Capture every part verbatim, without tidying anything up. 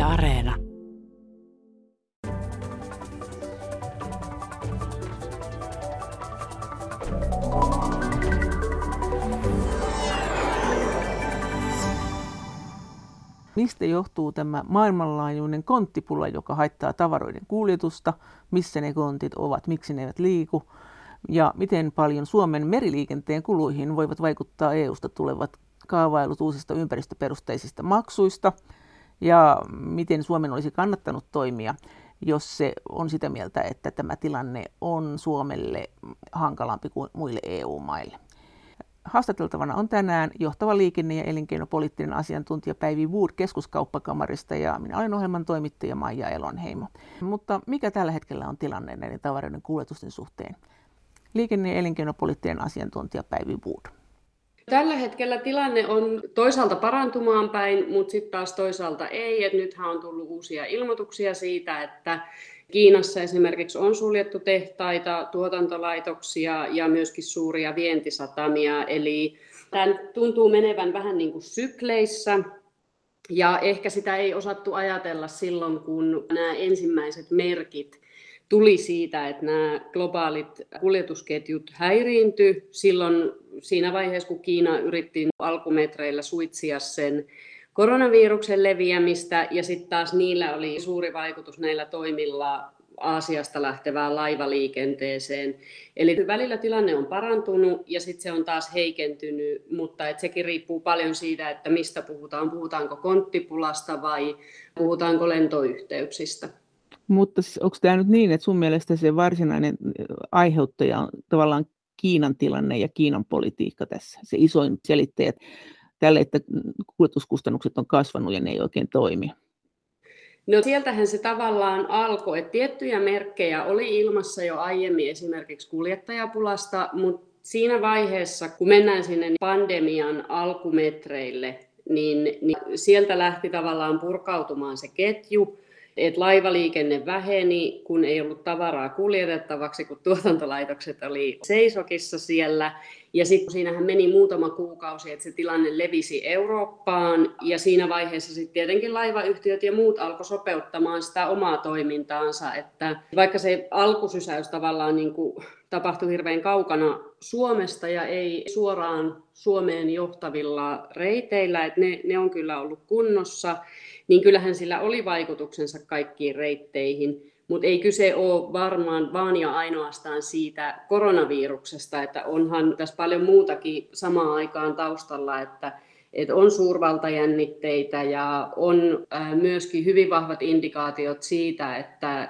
Areena. Mistä johtuu tämä maailmanlaajuinen konttipula, joka haittaa tavaroiden kuljetusta, missä ne kontit ovat, miksi ne eivät liiku ja miten paljon Suomen meriliikenteen kuluihin voivat vaikuttaa E U:sta tulevat kaavailut uusista ympäristöperusteisista maksuista ja miten Suomen olisi kannattanut toimia, jos se on sitä mieltä, että tämä tilanne on Suomelle hankalampi kuin muille E U-maille. Haastateltavana on tänään johtava liikenne- ja elinkeinopoliittinen asiantuntija Päivi Wood Keskuskauppakamarista ja minä olen ohjelman toimittaja Maija Elonheimo. Mutta mikä tällä hetkellä on tilanne näiden tavaroiden kuljetusten suhteen? Liikenne- ja elinkeinopoliittinen asiantuntija Päivi Wood. Tällä hetkellä tilanne on toisaalta parantumaan päin, mutta sitten taas toisaalta ei. Et nythän on tullut uusia ilmoituksia siitä, että Kiinassa esimerkiksi on suljettu tehtaita, tuotantolaitoksia ja myöskin suuria vientisatamia. Eli tämä tuntuu menevän vähän niin kuin sykleissä. Ja ehkä sitä ei osattu ajatella silloin, kun nämä ensimmäiset merkit tuli siitä, että nämä globaalit kuljetusketjut häiriintyi silloin siinä vaiheessa, kun Kiina yritti alkumetreillä suitsia sen koronaviruksen leviämistä, ja sitten taas niillä oli suuri vaikutus näillä toimilla Aasiasta lähtevään laivaliikenteeseen. Eli välillä tilanne on parantunut ja sitten se on taas heikentynyt, mutta et sekin riippuu paljon siitä, että mistä puhutaan. Puhutaanko konttipulasta vai puhutaanko lentoyhteyksistä. Mutta siis onko tämä nyt niin, että sun mielestä se varsinainen aiheuttaja on tavallaan Kiinan tilanne ja Kiinan politiikka tässä, se isoin selittäjä tälle, että kuljetuskustannukset on kasvanut ja ne ei oikein toimi? No sieltähän se tavallaan alkoi, että tiettyjä merkkejä oli ilmassa jo aiemmin esimerkiksi kuljettajapulasta, mutta siinä vaiheessa, kun mennään sinne pandemian alkumetreille, niin, niin sieltä lähti tavallaan purkautumaan se ketju, että laivaliikenne väheni, kun ei ollut tavaraa kuljetettavaksi, kun tuotantolaitokset oli seisokissa siellä. Ja sitten siinähän meni muutama kuukausi, että se tilanne levisi Eurooppaan. Ja siinä vaiheessa sitten tietenkin laivayhtiöt ja muut alkoi sopeuttamaan sitä omaa toimintaansa. Että vaikka se alkusysäys tavallaan niin kuin tapahtui hirveän kaukana Suomesta ja ei suoraan Suomeen johtavilla reiteillä, että ne, ne on kyllä ollut kunnossa, niin kyllähän sillä oli vaikutuksensa kaikkiin reitteihin, mutta ei kyse ole varmaan vaan ja ainoastaan siitä koronaviruksesta, että onhan tässä paljon muutakin samaan aikaan taustalla, että, että on suurvaltajännitteitä ja on myöskin hyvin vahvat indikaatiot siitä, että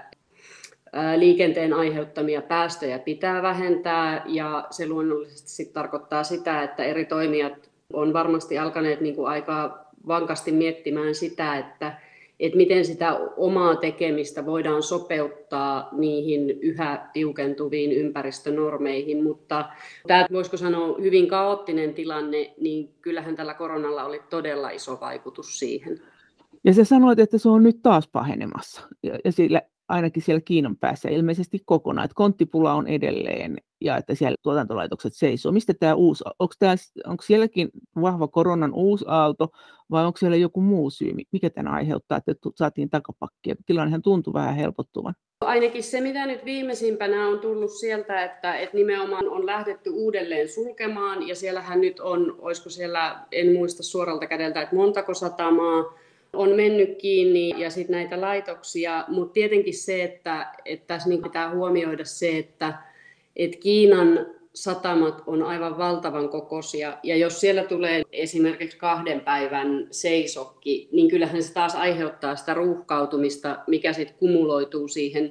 liikenteen aiheuttamia päästöjä pitää vähentää ja se luonnollisesti sit tarkoittaa sitä, että eri toimijat on varmasti alkaneet niin kuin aika vankasti miettimään sitä, että, että miten sitä omaa tekemistä voidaan sopeuttaa niihin yhä tiukentuviin ympäristönormeihin, mutta tämä voisiko sanoa hyvin kaoottinen tilanne, niin kyllähän tällä koronalla oli todella iso vaikutus siihen. Ja sä sanoit, että se on nyt taas pahenemassa ja sillä, ainakin siellä Kiinan päässä ilmeisesti kokonaan, että konttipula on edelleen ja että siellä tuotantolaitokset seisoo. Mistä tämä uusi, onko, tämä, onko sielläkin vahva koronan uusi aalto vai onko siellä joku muu syy, mikä tämän aiheuttaa, että saatiin takapakkia? Tilannehan tuntuu vähän helpottuvan. Ainakin se, mitä nyt viimeisimpänä on tullut sieltä, että, että nimenomaan on lähdetty uudelleen sulkemaan ja siellähän nyt on, olisiko siellä, en muista suoralta kädeltä, että montako satamaa on mennyt kiinni ja sitten näitä laitoksia, mutta tietenkin se, että, että tässä niin pitää huomioida se, että, että Kiinan satamat on aivan valtavan kokoisia ja jos siellä tulee esimerkiksi kahden päivän seisokki, niin kyllähän se taas aiheuttaa sitä ruuhkautumista, mikä sitten kumuloituu siihen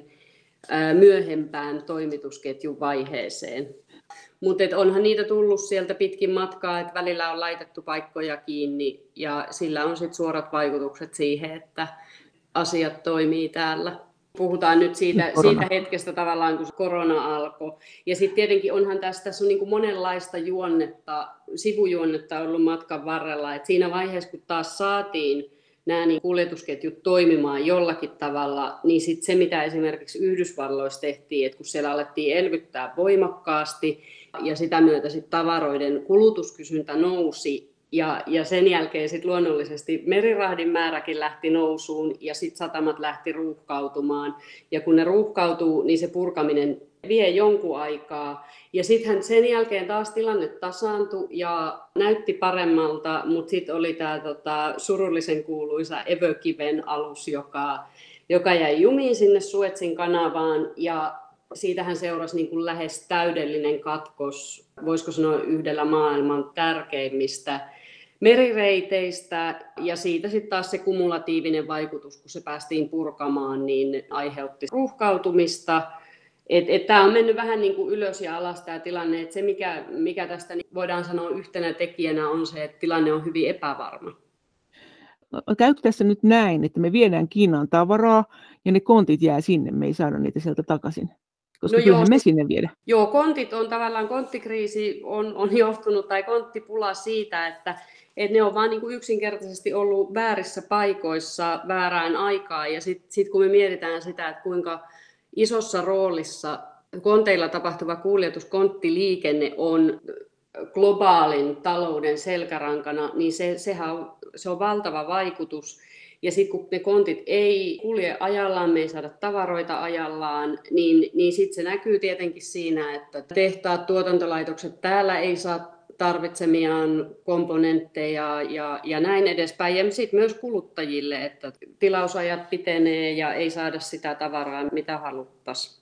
myöhempään toimitusketjun vaiheeseen. Mutta onhan niitä tullut sieltä pitkin matkaa, että välillä on laitettu paikkoja kiinni ja sillä on sitten suorat vaikutukset siihen, että asiat toimii täällä. Puhutaan nyt siitä, siitä hetkestä tavallaan, kun korona alkoi. Ja sitten tietenkin onhan tässä, tässä on niin kuin monenlaista juonnetta, sivujuonnetta ollut matkan varrella. Et siinä vaiheessa, kun taas saatiin nämä niin kuljetusketjut toimimaan jollakin tavalla, niin sitten se, mitä esimerkiksi Yhdysvalloissa tehtiin, että kun siellä alettiin elvyttää voimakkaasti ja sitä myötä sitten tavaroiden kulutuskysyntä nousi, Ja, ja sen jälkeen sit luonnollisesti merirahdin määräkin lähti nousuun ja sitten satamat lähti ruuhkautumaan. Ja kun ne ruuhkautuu, niin se purkaminen vie jonkun aikaa. Ja sittenhän sen jälkeen taas tilanne tasaantui ja näytti paremmalta, mutta sitten oli tämä tota, surullisen kuuluisa Evökiven alus, joka, joka jäi jumiin sinne Suezin kanavaan. Ja siitähän seurasi niin kuin lähes täydellinen katkos, voisiko sanoa yhdellä maailman tärkeimmistä merireiteistä, ja siitä sitten taas se kumulatiivinen vaikutus, kun se päästiin purkamaan, niin aiheutti ruuhkautumista. Tämä on mennyt vähän niin kuin ylös ja alas tämä tilanne, että se mikä, mikä tästä voidaan sanoa yhtenä tekijänä on se, että tilanne on hyvin epävarma. Käykö tässä nyt näin, että me viedään Kiinaan tavaraa ja ne kontit jää sinne, me ei saada niitä sieltä takaisin? Koska no kyllähän joo, me sinne viedä. Joo, kontit on tavallaan, konttikriisi on, on johtunut, tai konttipula siitä, että, että ne on vaan niin kuin yksinkertaisesti ollut väärissä paikoissa väärään aikaan. Ja sitten sit kun me mietitään sitä, että kuinka isossa roolissa konteilla tapahtuva kuljetus, konttiliikenne on globaalin talouden selkärankana, niin se, sehän on, se on valtava vaikutus. Ja sitten kun ne kontit ei kulje ajallaan, me ei saada tavaroita ajallaan, niin, niin sitten se näkyy tietenkin siinä, että tehtaat, tuotantolaitokset täällä ei saa tarvitsemiaan komponentteja ja, ja näin edespäin. Ja sitten myös kuluttajille, että tilausajat pitenee ja ei saada sitä tavaraa, mitä haluttaisiin.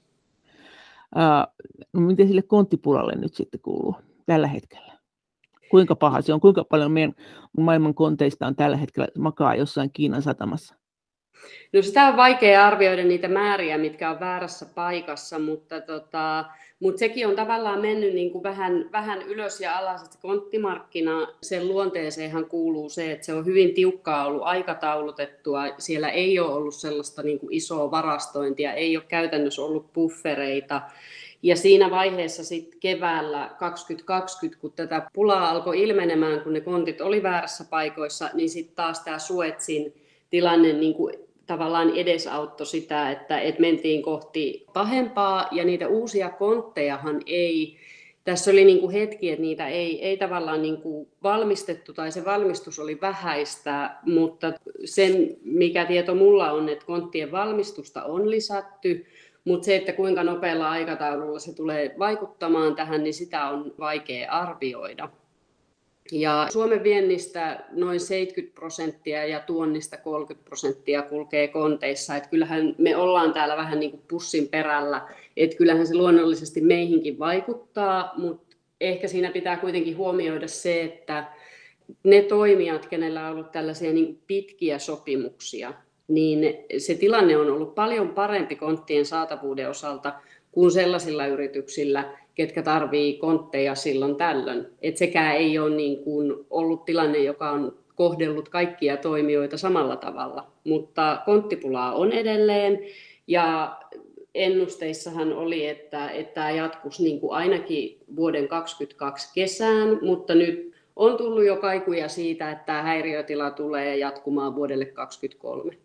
No miten sille konttipulalle nyt sitten kuuluu tällä hetkellä? Kuinka paha se on? Kuinka paljon meidän maailman konteista on tällä hetkellä makaa jossain Kiinan satamassa? No sitä on vaikea arvioida niitä määriä, mitkä on väärässä paikassa, mutta, tota, mutta sekin on tavallaan mennyt niin kuin vähän, vähän ylös ja alas. Että konttimarkkina, sen luonteeseenhan kuuluu se, että se on hyvin tiukkaa ollut aikataulutettua. Siellä ei ole ollut sellaista niin kuin isoa varastointia, ei ole käytännössä ollut buffereita. Ja siinä vaiheessa sitten keväällä kaksituhattakaksikymmentä, kun tätä pulaa alkoi ilmenemään, kun ne kontit oli väärässä paikoissa, niin sitten taas tämä Suezin tilanne niin kuin tavallaan edesauttoi sitä, että et mentiin kohti pahempaa, ja niitä uusia konttejahan ei, tässä oli niin kuin hetki, että niitä ei, ei tavallaan niin kuin valmistettu, tai se valmistus oli vähäistä, mutta sen, mikä tieto mulla on, että konttien valmistusta on lisätty, mutta se, että kuinka nopealla aikataululla se tulee vaikuttamaan tähän, niin sitä on vaikea arvioida. Ja Suomen viennistä noin seitsemänkymmentä prosenttia ja tuonnista kolmekymmentä prosenttia kulkee konteissa. Et kyllähän me ollaan täällä vähän niin kuin pussin perällä. Et kyllähän se luonnollisesti meihinkin vaikuttaa, mutta ehkä siinä pitää kuitenkin huomioida se, että ne toimijat, kenellä on ollut tällaisia niin kuin pitkiä sopimuksia, niin se tilanne on ollut paljon parempi konttien saatavuuden osalta kuin sellaisilla yrityksillä, ketkä tarvii kontteja silloin tällöin. Et sekään ei ole niin kuin ollut tilanne, joka on kohdellut kaikkia toimijoita samalla tavalla, mutta konttipulaa on edelleen, ja ennusteissahan oli, että, että tämä jatkuisi niin kuin ainakin vuoden kaksituhattakaksikymmentäkaksi kesään, mutta nyt on tullut jo kaikuja siitä, että tämä häiriötila tulee jatkumaan vuodelle kaksituhattakaksikymmentäkolme.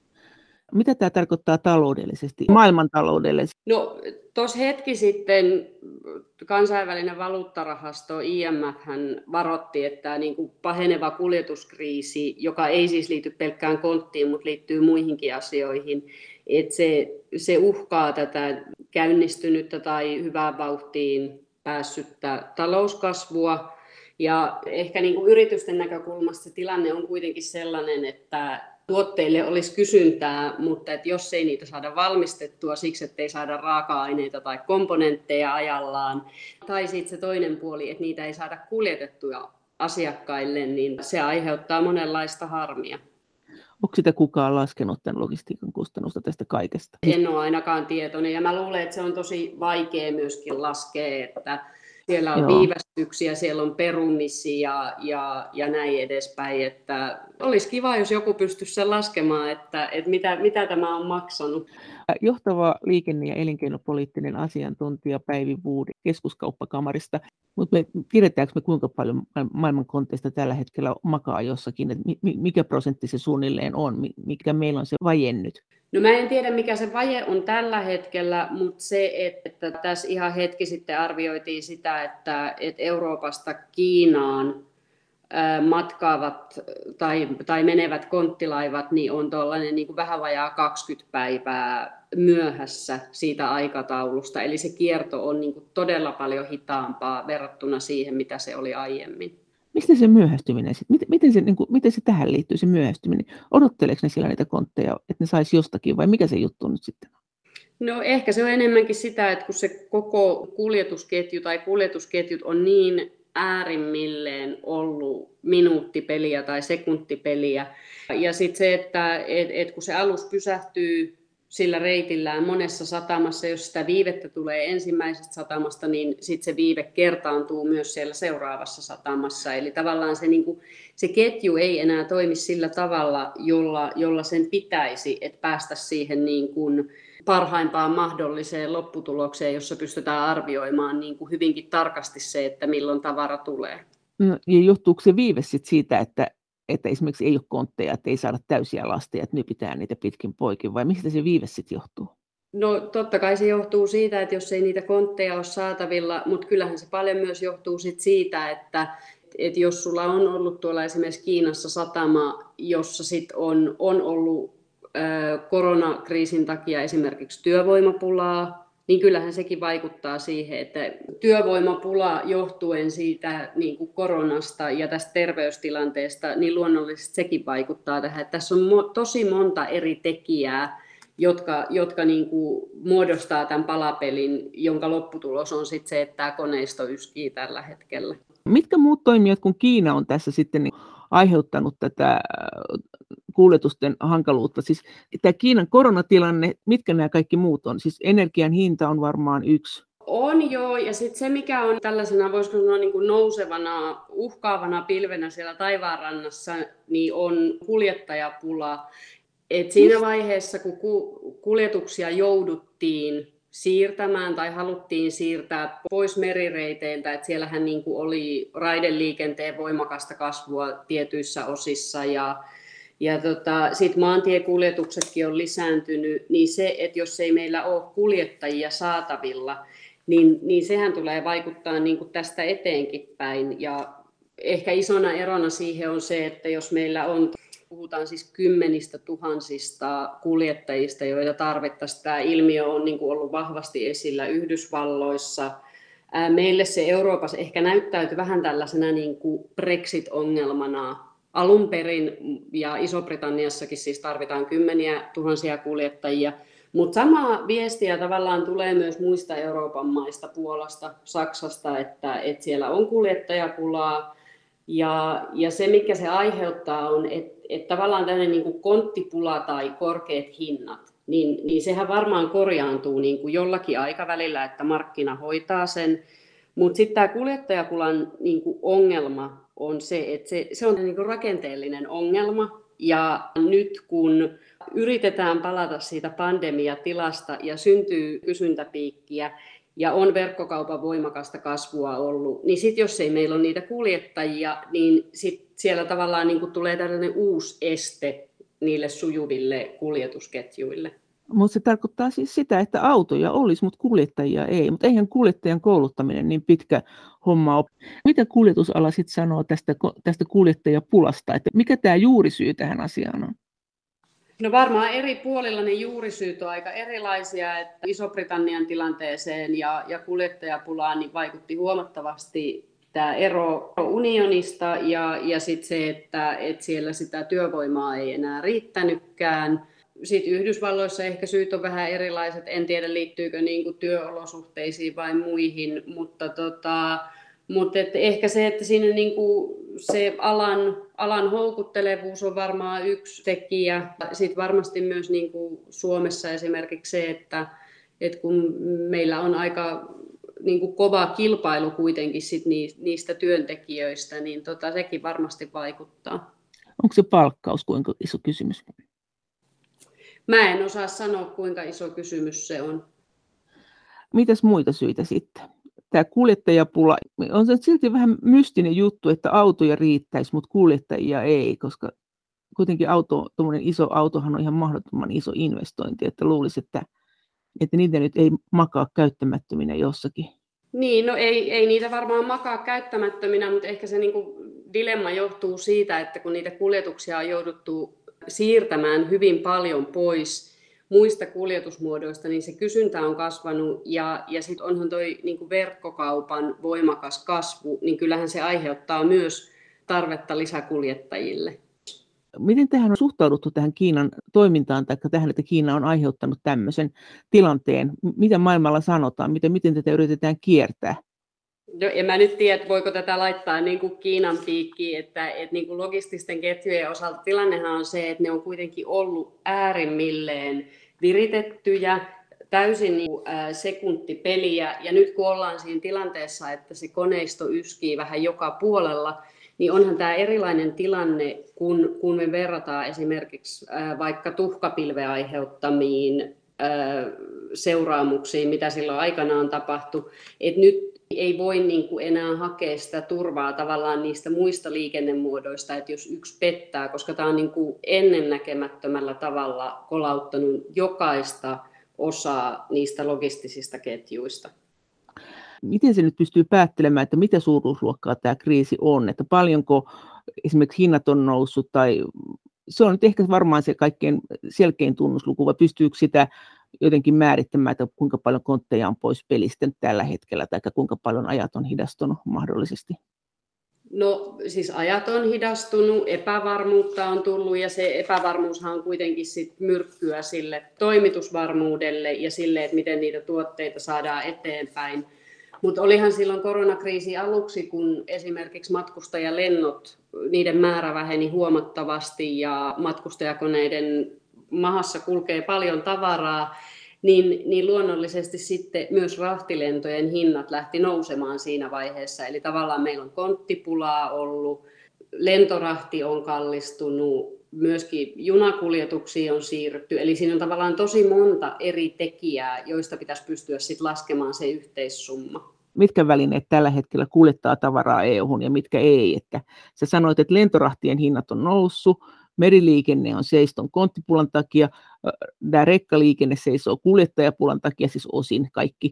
Mitä tämä tarkoittaa taloudellisesti, maailmantaloudellisesti? No tuossa hetki sitten kansainvälinen valuuttarahasto I M F hän varoitti, että tämä niin kuin paheneva kuljetuskriisi, joka ei siis liity pelkkään konttiin, mutta liittyy muihinkin asioihin, että se, se uhkaa tätä käynnistynyttä tai hyvään vauhtiin päässyttä talouskasvua. Ja ehkä niin kuin yritysten näkökulmasta se tilanne on kuitenkin sellainen, että tuotteille olisi kysyntää, mutta että jos ei niitä saada valmistettua siksi, että ei saada raaka-aineita tai komponentteja ajallaan, tai sitten se toinen puoli, että niitä ei saada kuljetettua asiakkaille, niin se aiheuttaa monenlaista harmia. Onko sitä kukaan laskenut tämän logistiikan kustannusta tästä kaikesta? En ole ainakaan tietoinen, ja mä luulen, että se on tosi vaikea myöskin laskea, että siellä on Joo. viivästyksiä, siellä on perumisia ja, ja näin edespäin. Että olisi kiva, jos joku pystyisi sen laskemaan, että, että mitä, mitä tämä on maksanut. Johtava liikenne- ja elinkeinopoliittinen asiantuntija Päivi Wood Keskuskauppakamarista. Mutta me tiedetäänkö me kuinka paljon maailman konteista tällä hetkellä makaa jossakin, että mikä prosentti se suunnilleen on, mikä meillä on se vaje nyt? No mä en tiedä, mikä se vaje on tällä hetkellä, mutta se, että tässä ihan hetki sitten arvioitiin sitä, että, että Euroopasta Kiinaan matkaavat tai, tai menevät konttilaivat, niin on tuollainen niin kuin vähän vajaa kaksikymmentä päivää myöhässä siitä aikataulusta. Eli se kierto on niin kuin todella paljon hitaampaa verrattuna siihen, mitä se oli aiemmin. Mistä se myöhästyminen sitten? Miten, miten, se, niin kuin, miten se tähän liittyy, se myöhästyminen? Odotteleeko ne siellä niitä kontteja, että ne saisi jostakin, vai mikä se juttu nyt sitten on? No ehkä se on enemmänkin sitä, että kun se koko kuljetusketju tai kuljetusketjut on niin äärimmilleen ollut minuuttipeliä tai sekuntipeliä. Ja sitten se, että et, et kun se alus pysähtyy sillä reitillään monessa satamassa, jos sitä viivettä tulee ensimmäisestä satamasta, niin sitten se viive kertaantuu myös siellä seuraavassa satamassa. Eli tavallaan se, niin kuin, se ketju ei enää toimi sillä tavalla, jolla, jolla sen pitäisi, että päästä siihen niin kuin parhaimpaan mahdolliseen lopputulokseen, jossa pystytään arvioimaan niin kuin hyvinkin tarkasti se, että milloin tavara tulee. No, ja johtuuko se viive sit siitä, että, että esimerkiksi ei ole kontteja, että ei saada täysiä lasteja, että nypitään niitä pitkin poikin, vai mistä se viive sitten johtuu? No totta kai se johtuu siitä, että jos ei niitä kontteja ole saatavilla, mutta kyllähän se paljon myös johtuu sit siitä, että, että jos sulla on ollut tuolla esimerkiksi Kiinassa satama, jossa sit on, on ollut koronakriisin takia esimerkiksi työvoimapulaa, niin kyllähän sekin vaikuttaa siihen, että työvoimapula johtuen siitä niin kuin koronasta ja tästä terveystilanteesta, niin luonnollisesti sekin vaikuttaa tähän. Että tässä on mo- tosi monta eri tekijää, jotka, jotka niin kuin muodostaa tämän palapelin, jonka lopputulos on sitten se, että tämä koneisto yskii tällä hetkellä. Mitkä muut toimijat kuin Kiina on tässä sitten niin aiheuttanut tätä kuljetusten hankaluutta? Siis tämä Kiinan koronatilanne, mitkä nämä kaikki muut on? Siis energian hinta on varmaan yksi. On joo, ja sitten se mikä on tällaisena, voisiko sanoa niin kuin nousevana, uhkaavana pilvenä siellä taivaanrannassa, niin on kuljettajapula. Et siinä vaiheessa, kun kuljetuksia jouduttiin siirtämään tai haluttiin siirtää pois merireiteiltä, että siellähän niin kuin oli raideliikenteen voimakasta kasvua tietyissä osissa ja Ja tota, sitten maantiekuljetuksetkin on lisääntynyt, niin se, että jos ei meillä ole kuljettajia saatavilla, niin, niin sehän tulee vaikuttaa niin kuin tästä eteenkin päin. Ja ehkä isona erona siihen on se, että jos meillä on, puhutaan siis kymmenistä tuhansista kuljettajista, joita tarvittaisiin, tämä ilmiö on niin kuin ollut vahvasti esillä Yhdysvalloissa. Meille se Euroopassa ehkä näyttäytyi vähän tällaisena niin kuin Brexit-ongelmana. Alun perin, ja Iso-Britanniassakin siis tarvitaan kymmeniä tuhansia kuljettajia, mutta samaa viestiä tavallaan tulee myös muista Euroopan maista, Puolasta, Saksasta, että, että siellä on kuljettajapulaa. Ja, ja se, mikä se aiheuttaa, on, että, että tavallaan tämmöinen niin kuin konttipula tai korkeat hinnat, niin, niin sehän varmaan korjaantuu niin kuin jollakin aikavälillä, että markkina hoitaa sen. Mutta sitten tämä kuljettajapulan niin kuin ongelma on se, että se, se on niin kuin rakenteellinen ongelma. Ja nyt kun yritetään palata siitä pandemiatilasta ja syntyy kysyntäpiikkiä ja on verkkokaupan voimakasta kasvua ollut, niin sitten jos ei meillä ole niitä kuljettajia, niin sit siellä tavallaan niin kuin tulee tällainen uusi este niille sujuville kuljetusketjuille. Mutta se tarkoittaa siis sitä, että autoja olisi, mutta kuljettajia ei. Mutta eihän kuljettajan kouluttaminen niin pitkä homma ole. Mitä kuljetusala sitten sanoo tästä, tästä kuljettajapulasta? Että mikä tämä juurisyy tähän asiaan on? No varmaan eri puolilla ne juurisyyt on aika erilaisia. Että Iso-Britannian tilanteeseen ja, ja kuljettajapulaan niin vaikutti huomattavasti tämä ero unionista ja, ja sitten se, että, että siellä sitä työvoimaa ei enää riittänytkään. Sitten Yhdysvalloissa ehkä syyt on vähän erilaiset, en tiedä liittyykö niin kuin työolosuhteisiin vai muihin, mutta, tota, mutta et ehkä se, että siinä niin kuin se alan, alan houkuttelevuus on varmaan yksi tekijä. Sitten varmasti myös niin kuin Suomessa esimerkiksi se, että, että kun meillä on aika niin kuin kova kilpailu kuitenkin sit niistä työntekijöistä, niin tota, sekin varmasti vaikuttaa. Onko se palkkaus kuinka iso kysymys? Mä en osaa sanoa, kuinka iso kysymys se on. Mitäs muita syitä sitten? Tämä kuljettajapula, on se silti vähän mystinen juttu, että autoja riittäisi, mutta kuljettajia ei, koska kuitenkin auto, tuommoinen iso autohan on ihan mahdottoman iso investointi, että luulisi, että, että niitä nyt ei makaa käyttämättöminä jossakin. Niin, no ei, ei niitä varmaan makaa käyttämättöminä, mutta ehkä se niinku dilemma johtuu siitä, että kun niitä kuljetuksia on jouduttu siirtämään hyvin paljon pois muista kuljetusmuodoista, niin se kysyntä on kasvanut ja, ja sitten onhan toi niin kuin verkkokaupan voimakas kasvu, niin kyllähän se aiheuttaa myös tarvetta lisäkuljettajille. Miten tähän on suhtauduttu tähän Kiinan toimintaan tai tähän, että Kiina on aiheuttanut tämmöisen tilanteen? Mitä maailmalla sanotaan? Miten, miten tätä yritetään kiertää? No, en mä nyt tiedä, voiko tätä laittaa niin kuin Kiinan piikkiin, että, että niin kuin logististen ketjujen osalta tilannehan on se, että ne on kuitenkin ollut äärimmilleen viritettyjä, täysin niin kuin, ä, sekuntipeliä, ja nyt kun ollaan siinä tilanteessa, että se koneisto yskii vähän joka puolella, niin onhan tämä erilainen tilanne, kun, kun me verrataan esimerkiksi ä, vaikka tuhkapilven aiheuttamiin ä, seuraamuksiin, mitä silloin aikanaan tapahtui, että nyt ei voi niin kuin enää hakea sitä turvaa tavallaan niistä muista liikennemuodoista, että jos yksi pettää, koska tämä on niin kuin ennennäkemättömällä tavalla kolauttanut jokaista osaa niistä logistisista ketjuista. Miten se nyt pystyy päättelemään, että mitä suuruusluokkaa tämä kriisi on, että paljonko esimerkiksi hinnat on noussut, tai se on nyt ehkä varmaan se kaikkein selkein tunnusluku, vai pystyykö sitä jotenkin määrittämään, että kuinka paljon kontteja on pois pelistä tällä hetkellä, tai kuinka paljon ajat on hidastunut mahdollisesti? No siis ajat on hidastunut, epävarmuutta on tullut, ja se epävarmuushan on kuitenkin sit myrkkyä sille toimitusvarmuudelle ja sille, että miten niitä tuotteita saadaan eteenpäin. Mutta olihan silloin koronakriisi aluksi, kun esimerkiksi matkustajalennot, niiden määrä väheni huomattavasti ja matkustajakoneiden mahassa kulkee paljon tavaraa, niin, niin luonnollisesti sitten myös rahtilentojen hinnat lähti nousemaan siinä vaiheessa. Eli tavallaan meillä on konttipulaa ollut, lentorahti on kallistunut, myöskin junakuljetuksiin on siirrytty. Eli siinä on tavallaan tosi monta eri tekijää, joista pitäisi pystyä sitten laskemaan se yhteissumma. Mitkä välineet tällä hetkellä kuljettaa tavaraa E U:hun ja mitkä ei? Että sä sanoit, että lentorahtien hinnat on noussut, meriliikenne on seiston konttipulan takia, tämä rekkaliikenne seisoo kuljettajapulan takia, siis osin kaikki.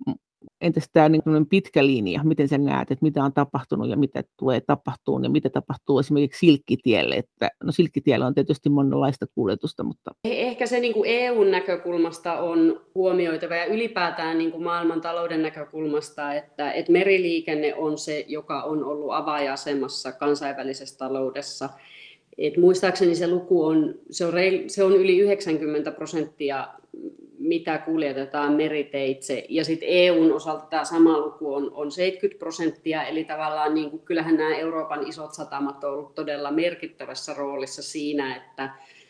Entäs tämä niin pitkä linja, miten sä näet, että mitä on tapahtunut ja mitä tulee tapahtumaan ja mitä tapahtuu esimerkiksi Silkkitielle? Että, no Silkkitiellä on tietysti monenlaista kuljetusta, mutta... Ehkä se niin kuin E U:n näkökulmasta on huomioitava ja ylipäätään niin kuin maailman talouden näkökulmasta, että, että meriliikenne on se, joka on ollut avainasemassa kansainvälisessä taloudessa. Et muistaakseni se luku on, se on, reil, se on yli yhdeksänkymmentä prosenttia, mitä kuljetetaan meriteitse. Ja sitten E U:n osalta tämä sama luku on, on seitsemänkymmentä prosenttia, eli tavallaan niin kuin, kyllähän nämä Euroopan isot satamat on ollut todella merkittävässä roolissa siinä, että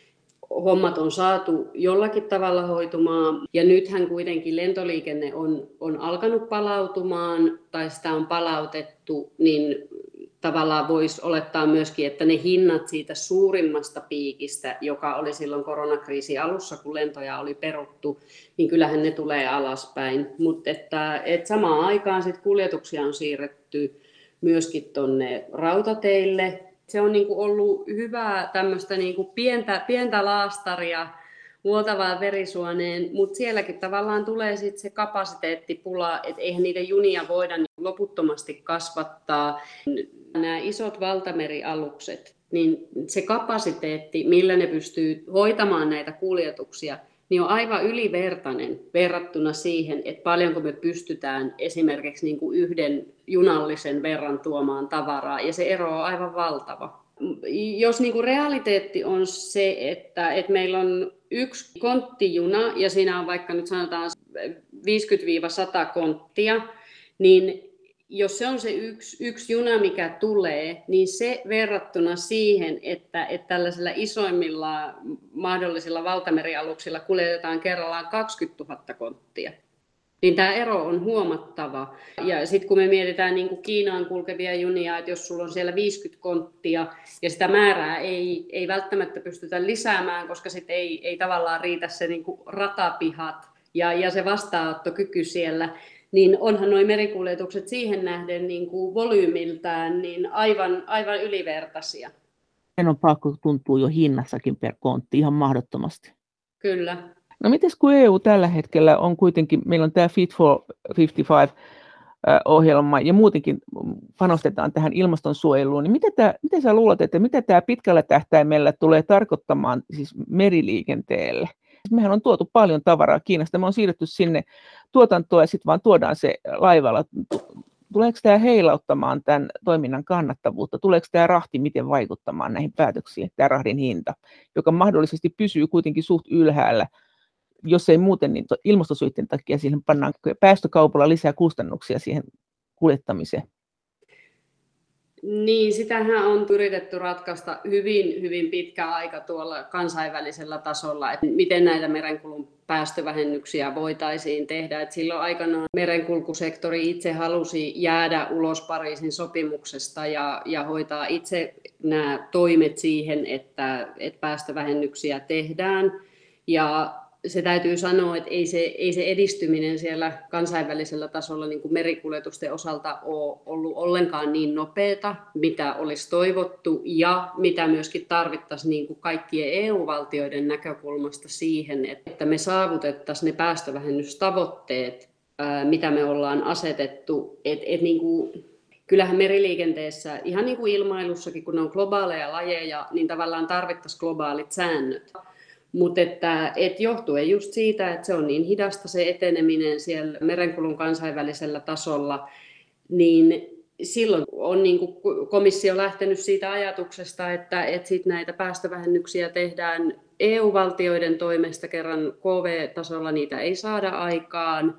hommat on saatu jollakin tavalla hoitumaan. Ja nythän kuitenkin lentoliikenne on, on alkanut palautumaan, tai sitä on palautettu, niin tavallaan voisi olettaa myöskin, että ne hinnat siitä suurimmasta piikistä, joka oli silloin koronakriisin alussa, kun lentoja oli peruttu, niin kyllähän ne tulee alaspäin. Mutta että, että samaan aikaan sit kuljetuksia on siirretty myöskin tuonne rautateille. Se on niinku ollut hyvää tämmöistä niinku pientä, pientä laastaria vuotavaan verisuoneen, mutta sielläkin tavallaan tulee sitten se kapasiteettipula, että eihän niitä junia voida loputtomasti kasvattaa. Nämä isot valtamerialukset, niin se kapasiteetti, millä ne pystyy hoitamaan näitä kuljetuksia, niin on aivan ylivertainen verrattuna siihen, että paljonko me pystytään esimerkiksi niin kuin yhden junallisen verran tuomaan tavaraa, ja se ero on aivan valtava. Jos niin kuin realiteetti on se, että, että meillä on yksi konttijuna, ja siinä on vaikka nyt sanotaan viisikymmentä sata konttia, niin jos se on se yksi, yksi juna, mikä tulee, niin se verrattuna siihen, että, että tällaisilla isoimmilla mahdollisilla valtamerialuksilla kuljetetaan kerrallaan kaksikymmentätuhatta konttia, niin tämä ero on huomattava. Ja sitten kun me mietitään niin kuin Kiinaan kulkevia junia, että jos sulla on siellä viisikymmentä konttia ja sitä määrää ei, ei välttämättä pystytä lisäämään, koska sitten ei, ei tavallaan riitä se niin kuin ratapihat ja, ja se vastaanottokyky siellä, niin onhan nuo merikuljetukset siihen nähden niin kuin volyymiltään niin aivan, aivan ylivertaisia. Sen on pakko tuntuu jo hinnassakin per kontti ihan mahdottomasti. Kyllä. No mites kun E U tällä hetkellä on kuitenkin, meillä on tämä Fit for viisikymmentäviisi ohjelma ja muutenkin panostetaan tähän ilmastonsuojeluun, niin mitä tää, miten sä luulet, että mitä tämä pitkällä tähtäimellä tulee tarkoittamaan siis meriliikenteelle? Mehän on tuotu paljon tavaraa Kiinasta, me on siirretty sinne tuotantoa ja sitten vaan tuodaan se laivalla. Tuleeko tämä heilauttamaan tämän toiminnan kannattavuutta? Tuleeko tämä rahti miten vaikuttamaan näihin päätöksiin, tämä rahdin hinta, joka mahdollisesti pysyy kuitenkin suht ylhäällä, jos ei muuten, niin ilmastosyiden takia siihen pannaan päästökaupalla lisää kustannuksia siihen kuljettamiseen. Niin, sitähän on yritetty ratkaista hyvin, hyvin pitkä aika tuolla kansainvälisellä tasolla, että miten näitä merenkulun päästövähennyksiä voitaisiin tehdä. Että silloin aikanaan merenkulkusektori itse halusi jäädä ulos Pariisin sopimuksesta ja, ja hoitaa itse nämä toimet siihen, että, että päästövähennyksiä tehdään. Ja se täytyy sanoa, että ei se, ei se edistyminen siellä kansainvälisellä tasolla niin kuin merikuljetusten osalta ole ollut ollenkaan niin nopeata, mitä olisi toivottu ja mitä myöskin tarvittaisiin niin kuin kaikkien E U-valtioiden näkökulmasta siihen, että me saavutettaisiin ne päästövähennystavoitteet, mitä me ollaan asetettu. Et, et niin kuin, kyllähän meriliikenteessä, ihan niin kuin ilmailussakin, kun ne on globaaleja lajeja, niin tavallaan tarvittaisiin globaalit säännöt. Mutta että, et johtuen just siitä, että se on niin hidasta se eteneminen siellä merenkulun kansainvälisellä tasolla, niin silloin on niin kuin komissio lähtenyt siitä ajatuksesta, että, että sit näitä päästövähennyksiä tehdään E U-valtioiden toimesta, kerran K V-tasolla niitä ei saada aikaan.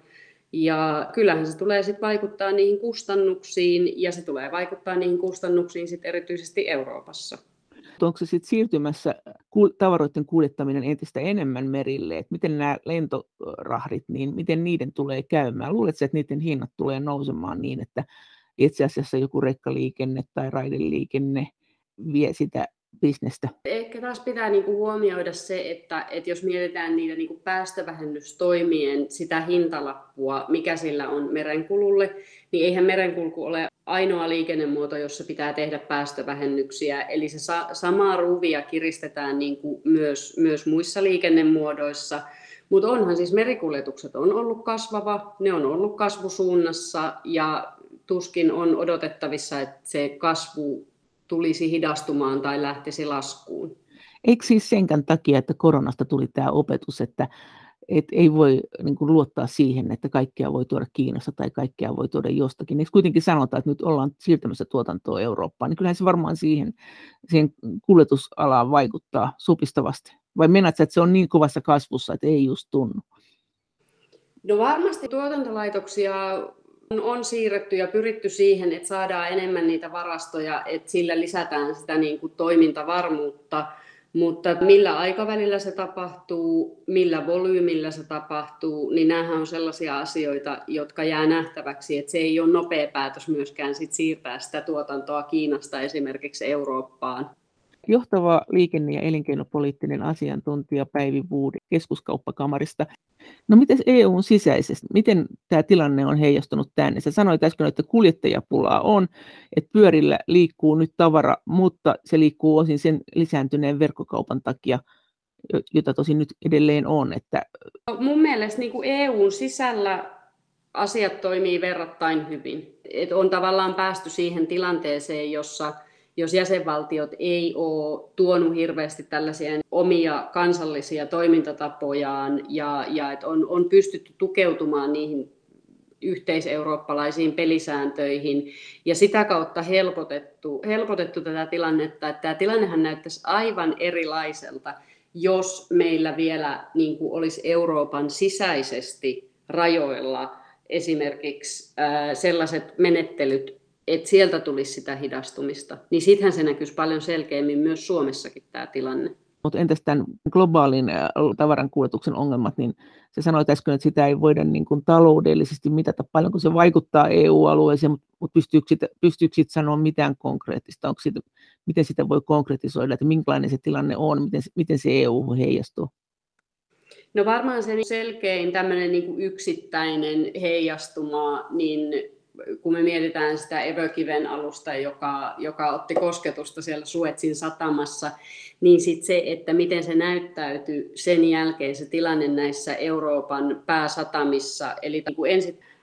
Ja kyllähän se tulee sitten vaikuttaa niihin kustannuksiin ja se tulee vaikuttaa niihin kustannuksiin sit erityisesti Euroopassa. Onko se sitten siirtymässä tavaroiden kuljettaminen entistä enemmän merille, että miten nämä lentorahdit, niin miten niiden tulee käymään? Luuletko, että niiden hinnat tulee nousemaan niin, että itse asiassa joku rekkaliikenne tai raideliikenne vie sitä bisnestä? Ehkä taas pitää niinku huomioida se, että, että jos mietitään niitä niinku päästövähennystoimien sitä hintalappua, mikä sillä on merenkululle, niin eihän merenkulku ole ainoa liikennemuoto, jossa pitää tehdä päästövähennyksiä. Eli se sa- samaa ruuvia kiristetään niinku myös, myös muissa liikennemuodoissa. Mutta onhan siis merikuljetukset on ollut kasvava, ne on ollut kasvusuunnassa ja tuskin on odotettavissa, että se kasvu tulisi hidastumaan tai lähtisi laskuun. Eikö siis senkään takia, että koronasta tuli tämä opetus, että, että ei voi niin kuin luottaa siihen, että kaikkea voi tuoda Kiinasta tai kaikkea voi tuoda jostakin. Eikö kuitenkin sanotaan, että nyt ollaan siirtämässä tuotantoa Eurooppaan, niin kyllähän se varmaan siihen, siihen kuljetusalaan vaikuttaa supistavasti. Vai meinaatko, että se on niin kovassa kasvussa, että ei just tunnu? No varmasti tuotantolaitoksia on siirretty ja pyritty siihen, että saadaan enemmän niitä varastoja, että sillä lisätään sitä niin kuin toimintavarmuutta, mutta millä aikavälillä se tapahtuu, millä volyymillä se tapahtuu, niin nämähän on sellaisia asioita, jotka jää nähtäväksi, että se ei ole nopea päätös myöskään sit siirtää sitä tuotantoa Kiinasta esimerkiksi Eurooppaan. Johtava liikenne- ja elinkeinopoliittinen asiantuntija Päivi Wood Keskuskauppakamarista. No miten E U:n sisäisesti, miten tämä tilanne on heijastunut tänne? Sä sanoit äsken, että kuljettajapulaa on, että pyörillä liikkuu nyt tavara, mutta se liikkuu osin sen lisääntyneen verkkokaupan takia, jota tosin nyt edelleen on. Että... Mun mielestä niin kuin E U:n sisällä asiat toimii verrattain hyvin. Et on tavallaan päästy siihen tilanteeseen, jossa jos jäsenvaltiot ei ole tuonut hirveästi tällaisia omia kansallisia toimintatapojaan ja, ja että on, on pystytty tukeutumaan niihin yhteiseurooppalaisiin pelisääntöihin ja sitä kautta helpotettu, helpotettu tätä tilannetta, että tämä tilannehan näyttäisi aivan erilaiselta, jos meillä vielä niin kuin olisi Euroopan sisäisesti rajoilla esimerkiksi ää, sellaiset menettelyt, että sieltä tulisi sitä hidastumista, niin sittenhän se näkyisi paljon selkeämmin myös Suomessakin tämä tilanne. Mutta entäs tämän globaalin tavarankuljetuksen ongelmat, niin se sanoit äsken, että sitä ei voida niin kuin taloudellisesti mitata paljon, kun se vaikuttaa E U-alueeseen, mutta mut pystyykö sitä, pystyykö sitä sanoa mitään konkreettista? Onko siitä, miten sitä voi konkretisoida, että minkälainen se tilanne on, miten, miten se E U heijastuu? No varmaan se selkein tämmöinen niin kuin yksittäinen heijastuma, niin kun me mietitään sitä Ever-Given alusta, joka, joka otti kosketusta siellä Suezin satamassa, niin sit se, että miten se näyttäytyi sen jälkeen se tilanne näissä Euroopan pääsatamissa. Eli niin kuin ensin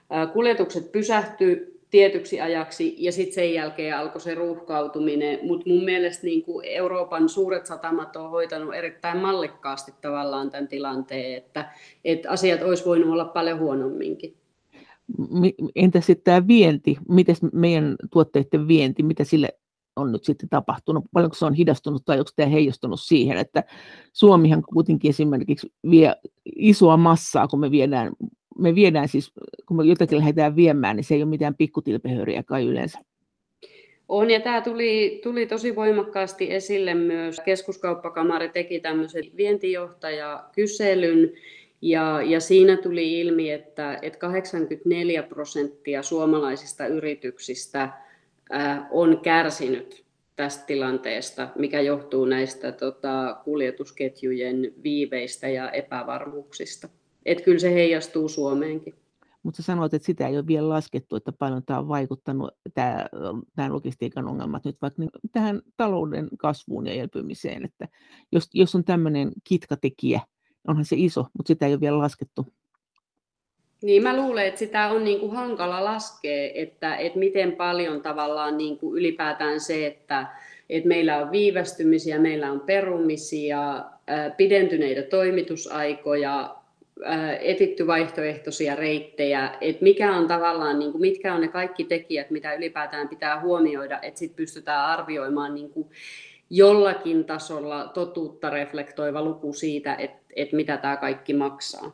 Kuljetukset pysähtyi tietyksi ajaksi ja sitten sen jälkeen alkoi se ruuhkautuminen, mutta mun mielestä niin kuin Euroopan suuret satamat on hoitanut erittäin mallikkaasti tavallaan tämän tilanteen, että, että asiat olisi voinut olla paljon huonomminkin. Entä sitten tämä vienti? Miten meidän tuotteiden vienti, mitä sille on nyt sitten tapahtunut? Paljonko se on hidastunut tai onko tämä heijastunut siihen, että Suomihan kuitenkin esimerkiksi vie isoa massaa, kun me viedään, me viedään siis, kun me jotakin lähdetään viemään, niin se ei ole mitään pikkutilpehöriä kai yleensä. On, ja tämä tuli, tuli tosi voimakkaasti esille myös. Keskuskauppakamari teki tämmöisen vientijohtajakyselyn, ja, ja siinä tuli ilmi, että, että kahdeksankymmentäneljä prosenttia suomalaisista yrityksistä ää, on kärsinyt tästä tilanteesta, mikä johtuu näistä tota, kuljetusketjujen viiveistä ja epävarmuuksista. Että kyllä se heijastuu Suomeenkin. Mutta sä sanoit, että sitä ei ole vielä laskettu, että paljon tämä on vaikuttanut, tämä, tämä logistiikan ongelmat nyt vaikka tähän talouden kasvuun ja elpymiseen. Että jos, jos on tämmöinen kitkatekijä, onhan se iso, mutta sitä ei ole vielä laskettu. Niin mä luulen, että sitä on niin kuin hankala laskea, että, että miten paljon tavallaan niin kuin ylipäätään se, että, että meillä on viivästymisiä, meillä on perumisia, pidentyneitä toimitusaikoja, etitty vaihtoehtoisia reittejä, että mikä on tavallaan, niin kuin, mitkä on ne kaikki tekijät, mitä ylipäätään pitää huomioida, että sitten pystytään arvioimaan niin kuin jollakin tasolla totuutta reflektoiva luku siitä, että, että mitä tämä kaikki maksaa.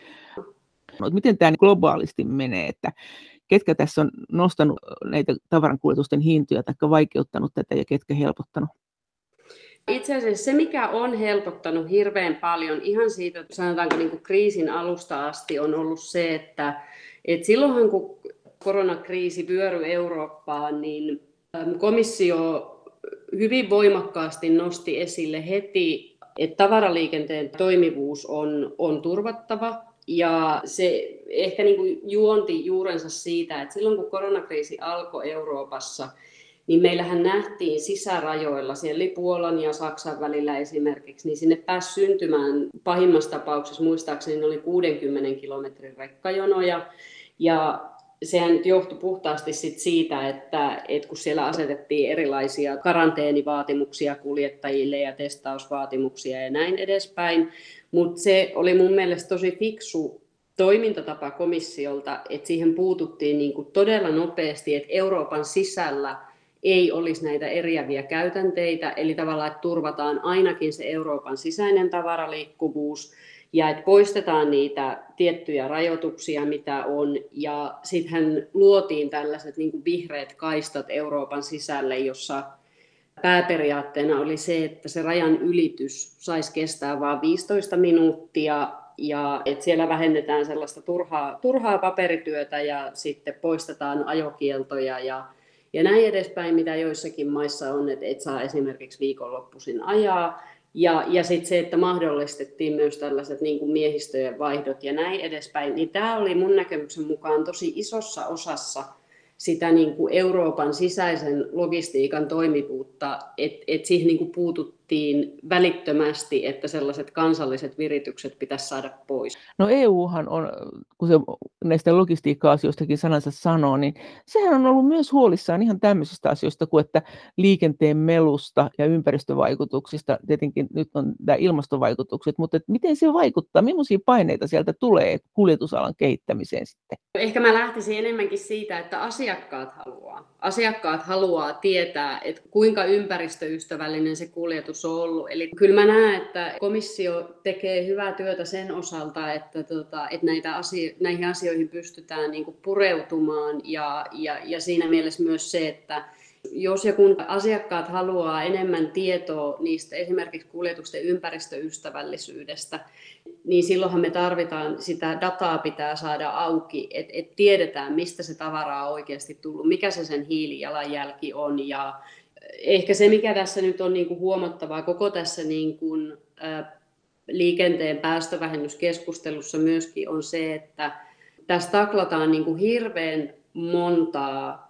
No, miten tämä globaalisti menee, että ketkä tässä on nostanut näitä tavarankuljetusten hintoja tai vaikeuttanut tätä ja ketkä helpottanut? Itse asiassa se, mikä on helpottanut hirveän paljon ihan siitä, sanotaanko niin kuin kriisin alusta asti, on ollut se, että, että silloinhan kun koronakriisi vyöryi Eurooppaan, niin komissio hyvin voimakkaasti nosti esille heti, että tavaraliikenteen toimivuus on, on turvattava. Ja se ehkä niin kuin juonti juurensa siitä, että silloin kun koronakriisi alkoi Euroopassa, niin meillähän nähtiin sisärajoilla, siellä oli Puolan ja Saksan välillä esimerkiksi, niin sinne pääsi syntymään pahimmassa tapauksessa, muistaakseni oli kuudenkymmenen kilometrin rekkajonoja. Ja sehän nyt johtui puhtaasti sit siitä, että, että kun siellä asetettiin erilaisia karanteenivaatimuksia kuljettajille ja testausvaatimuksia ja näin edespäin, mutta se oli mun mielestä tosi fiksu toimintatapa komissiolta, että siihen puututtiin niin kuin todella nopeasti, että Euroopan sisällä ei olisi näitä eriäviä käytänteitä, eli tavallaan, että turvataan ainakin se Euroopan sisäinen tavaraliikkuvuus, ja että poistetaan niitä tiettyjä rajoituksia, mitä on, ja sittenhän luotiin tällaiset niin kuin vihreät kaistat Euroopan sisälle, jossa pääperiaatteena oli se, että se rajan ylitys saisi kestää vain viisitoista minuuttia, ja että siellä vähennetään sellaista turhaa, turhaa paperityötä, ja sitten poistetaan ajokieltoja, ja, ja näin edespäin, mitä joissakin maissa on, että et saa esimerkiksi viikonloppuisin ajaa. Ja, ja sitten se, että mahdollistettiin myös tällaiset niin kuin miehistöjen vaihdot ja näin edespäin, niin tämä oli mun näkemyksen mukaan tosi isossa osassa sitä niin kuin Euroopan sisäisen logistiikan toimivuutta, että et siihen niin kuin puututtiin välittömästi, että sellaiset kansalliset viritykset pitäisi saada pois. No E Uhan on, kun se näistä logistiikka-asioistakin sanansa sanoo, niin sehän on ollut myös huolissaan ihan tämmöisistä asioista kuin että liikenteen melusta ja ympäristövaikutuksista, tietenkin nyt on nämä ilmastovaikutukset, mutta että miten se vaikuttaa, millaisia paineita sieltä tulee kuljetusalan kehittämiseen sitten? Ehkä mä lähtisin enemmänkin siitä, että asiakkaat haluaa. Asiakkaat haluaa tietää, että kuinka ympäristöystävällinen se kuljetus on ollut. Eli kyllä mä näen, että komissio tekee hyvää työtä sen osalta, että, tota, että näitä asio- näihin asioihin pystytään niin kuin pureutumaan. Ja, ja, ja siinä mielessä myös se, että jos ja kun asiakkaat haluaa enemmän tietoa niistä esimerkiksi kuljetusten ympäristöystävällisyydestä, niin silloinhan me tarvitaan, sitä dataa pitää saada auki, että et tiedetään, mistä se tavara on oikeasti tullut, mikä se sen hiilijalanjälki on. Ja ehkä se, mikä tässä nyt on niin kuin huomattavaa koko tässä niin kuin, ä, liikenteen päästövähennyskeskustelussa myöskin on se, että tässä taklataan niin kuin hirveän montaa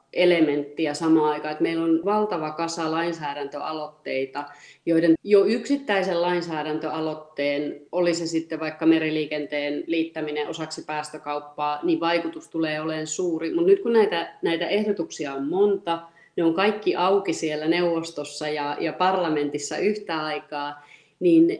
elementtiä samaan aikaan, että meillä on valtava kasa lainsäädäntöaloitteita, joiden jo yksittäisen lainsäädäntöaloitteen, oli se sitten vaikka meriliikenteen liittäminen osaksi päästökauppaa, niin vaikutus tulee olemaan suuri. Mutta nyt kun näitä, näitä ehdotuksia on monta, ne on kaikki auki siellä neuvostossa ja, ja parlamentissa yhtä aikaa, niin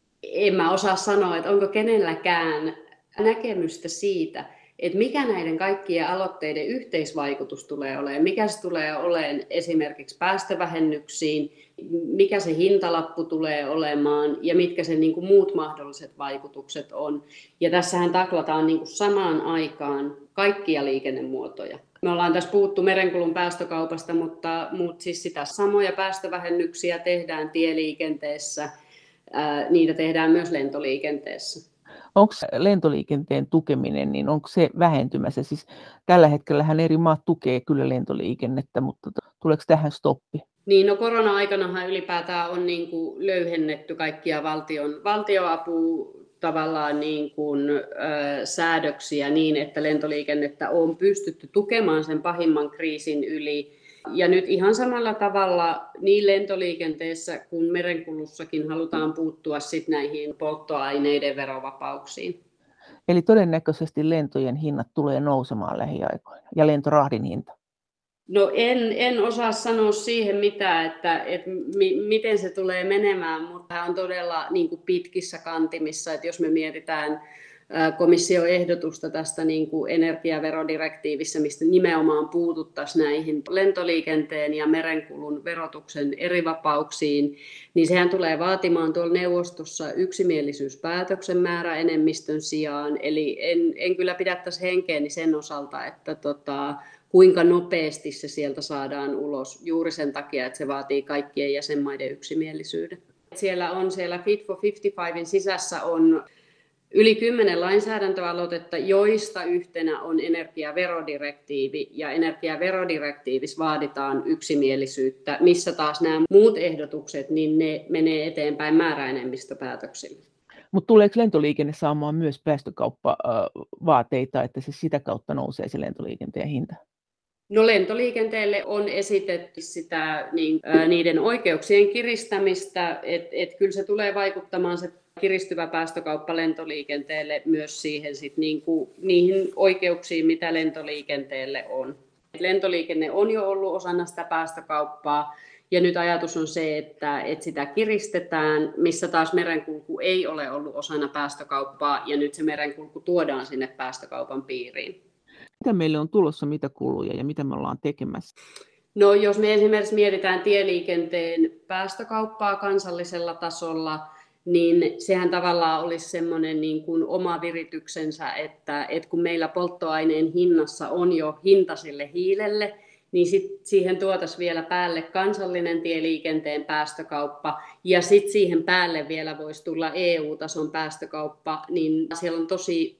en mä osaa sanoa, että onko kenelläkään näkemystä siitä, että mikä näiden kaikkien aloitteiden yhteisvaikutus tulee olemaan, mikä se tulee olemaan esimerkiksi päästövähennyksiin, mikä se hintalappu tulee olemaan ja mitkä sen niin kuin muut mahdolliset vaikutukset on. Ja tässähän taklataan niin kuin samaan aikaan kaikkia liikennemuotoja. Me ollaan tässä puhuttu merenkulun päästökaupasta, mutta, mutta siis sitä samoja päästövähennyksiä tehdään tieliikenteessä, ää, niitä tehdään myös lentoliikenteessä. Onko lentoliikenteen tukeminen, niin onko se vähentymässä? Siis tällä hetkellähän eri maat tukee kyllä lentoliikennettä, mutta tuleeko tähän stoppi? Niin, no korona-aikanahan ylipäätään on niin kuin löyhennetty kaikkia valtion, valtioapua tavallaan niin kuin, ö, säädöksiä niin, että lentoliikennettä on pystytty tukemaan sen pahimman kriisin yli. Ja nyt ihan samalla tavalla niin lentoliikenteessä kuin merenkulussakin halutaan puuttua sit näihin polttoaineiden verovapauksiin. Eli todennäköisesti lentojen hinnat tulee nousemaan lähiaikoina ja lentorahdin hinta? No en, en osaa sanoa siihen mitään, että, että mi, miten se tulee menemään, mutta tämä on todella niin kuin pitkissä kantimissa, että jos me mietitään komission ehdotusta tästä niin kuin energiaverodirektiivissä, mistä nimenomaan puututtaisiin näihin lentoliikenteen ja merenkulun verotuksen erivapauksiin, niin sehän tulee vaatimaan tuolla neuvostossa yksimielisyyspäätöksen määräenemmistön sijaan. Eli en, en kyllä pidättäisi henkeäni sen osalta, että tota, kuinka nopeasti se sieltä saadaan ulos juuri sen takia, että se vaatii kaikkien jäsenmaiden yksimielisyyden. Siellä on siellä Fit for viisikymmentäviiden sisässä on yli kymmenen lainsäädäntöaloitetta, joista yhtenä on energiaverodirektiivi, ja energiaverodirektiivissä vaaditaan yksimielisyyttä, missä taas nämä muut ehdotukset, niin ne menee eteenpäin määräenemmistöpäätöksillä. Mutta tuleeko lentoliikenne saamaan myös päästökauppavaateita, että se sitä kautta nousee se lentoliikenteen hinta? No lentoliikenteelle on esitetty sitä niin, ää, niiden oikeuksien kiristämistä, että et kyllä se tulee vaikuttamaan se kiristyvä päästökauppa lentoliikenteelle myös siihen sit niinku, niihin oikeuksiin, mitä lentoliikenteelle on. Lentoliikenne on jo ollut osana sitä päästökauppaa ja nyt ajatus on se, että, että sitä kiristetään, missä taas merenkulku ei ole ollut osana päästökauppaa ja nyt se merenkulku tuodaan sinne päästökaupan piiriin. Mitä meille on tulossa, mitä kuluja ja mitä me ollaan tekemässä? No jos me esimerkiksi mietitään tieliikenteen päästökauppaa kansallisella tasolla, niin sehän tavallaan olisi semmoinen niin kuin oma virityksensä, että, että kun meillä polttoaineen hinnassa on jo hinta sille hiilelle, niin sit siihen tuotaisiin vielä päälle kansallinen tieliikenteen päästökauppa ja sitten siihen päälle vielä voisi tulla E U-tason päästökauppa, niin siellä on tosi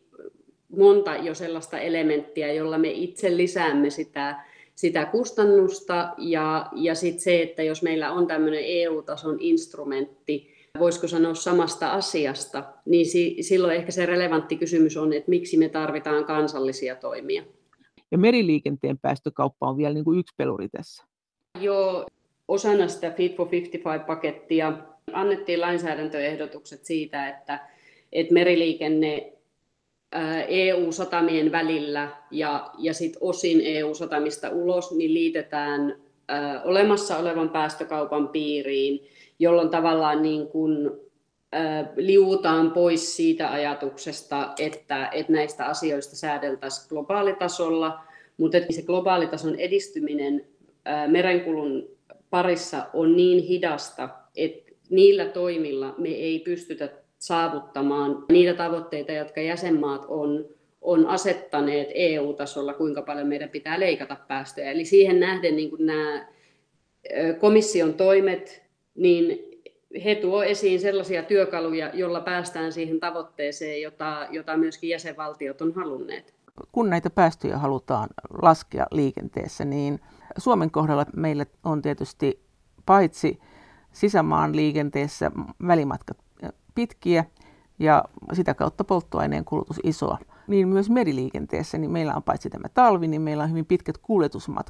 monta jo sellaista elementtiä, jolla me itse lisäämme sitä, sitä kustannusta ja, ja sitten se, että jos meillä on tämmöinen E U-tason instrumentti, voisiko sanoa samasta asiasta, niin si- silloin ehkä se relevantti kysymys on, että miksi me tarvitaan kansallisia toimia. Ja meriliikenteen päästökauppa on vielä niin kuin yksi peluri tässä. Joo, osana sitä Fit for viisikymmentäviisi-pakettia annettiin lainsäädäntöehdotukset siitä, että, että meriliikenne E U-satamien välillä ja, ja sit osin E U-satamista ulos niin liitetään ä, olemassa olevan päästökaupan piiriin, jolloin tavallaan niin kun, ä, liuutaan pois siitä ajatuksesta, että, että näistä asioista säädeltäisiin globaalitasolla, mutta että se globaalitason edistyminen ä, merenkulun parissa on niin hidasta, että niillä toimilla me ei pystytä saavuttamaan niitä tavoitteita, jotka jäsenmaat on, on asettaneet E U-tasolla, kuinka paljon meidän pitää leikata päästöjä. Eli siihen nähden niin kuin nämä komission toimet, niin he tuo esiin sellaisia työkaluja, joilla päästään siihen tavoitteeseen, jota, jota myöskin jäsenvaltiot on halunneet. Kun näitä päästöjä halutaan laskea liikenteessä, niin Suomen kohdalla meille on tietysti paitsi sisämaan liikenteessä välimatkat pitkiä ja sitä kautta polttoaineen kulutus isoa. Niin myös meriliikenteessä niin meillä on paitsi tämä talvi, niin meillä on hyvin pitkät kuljetusmatkat.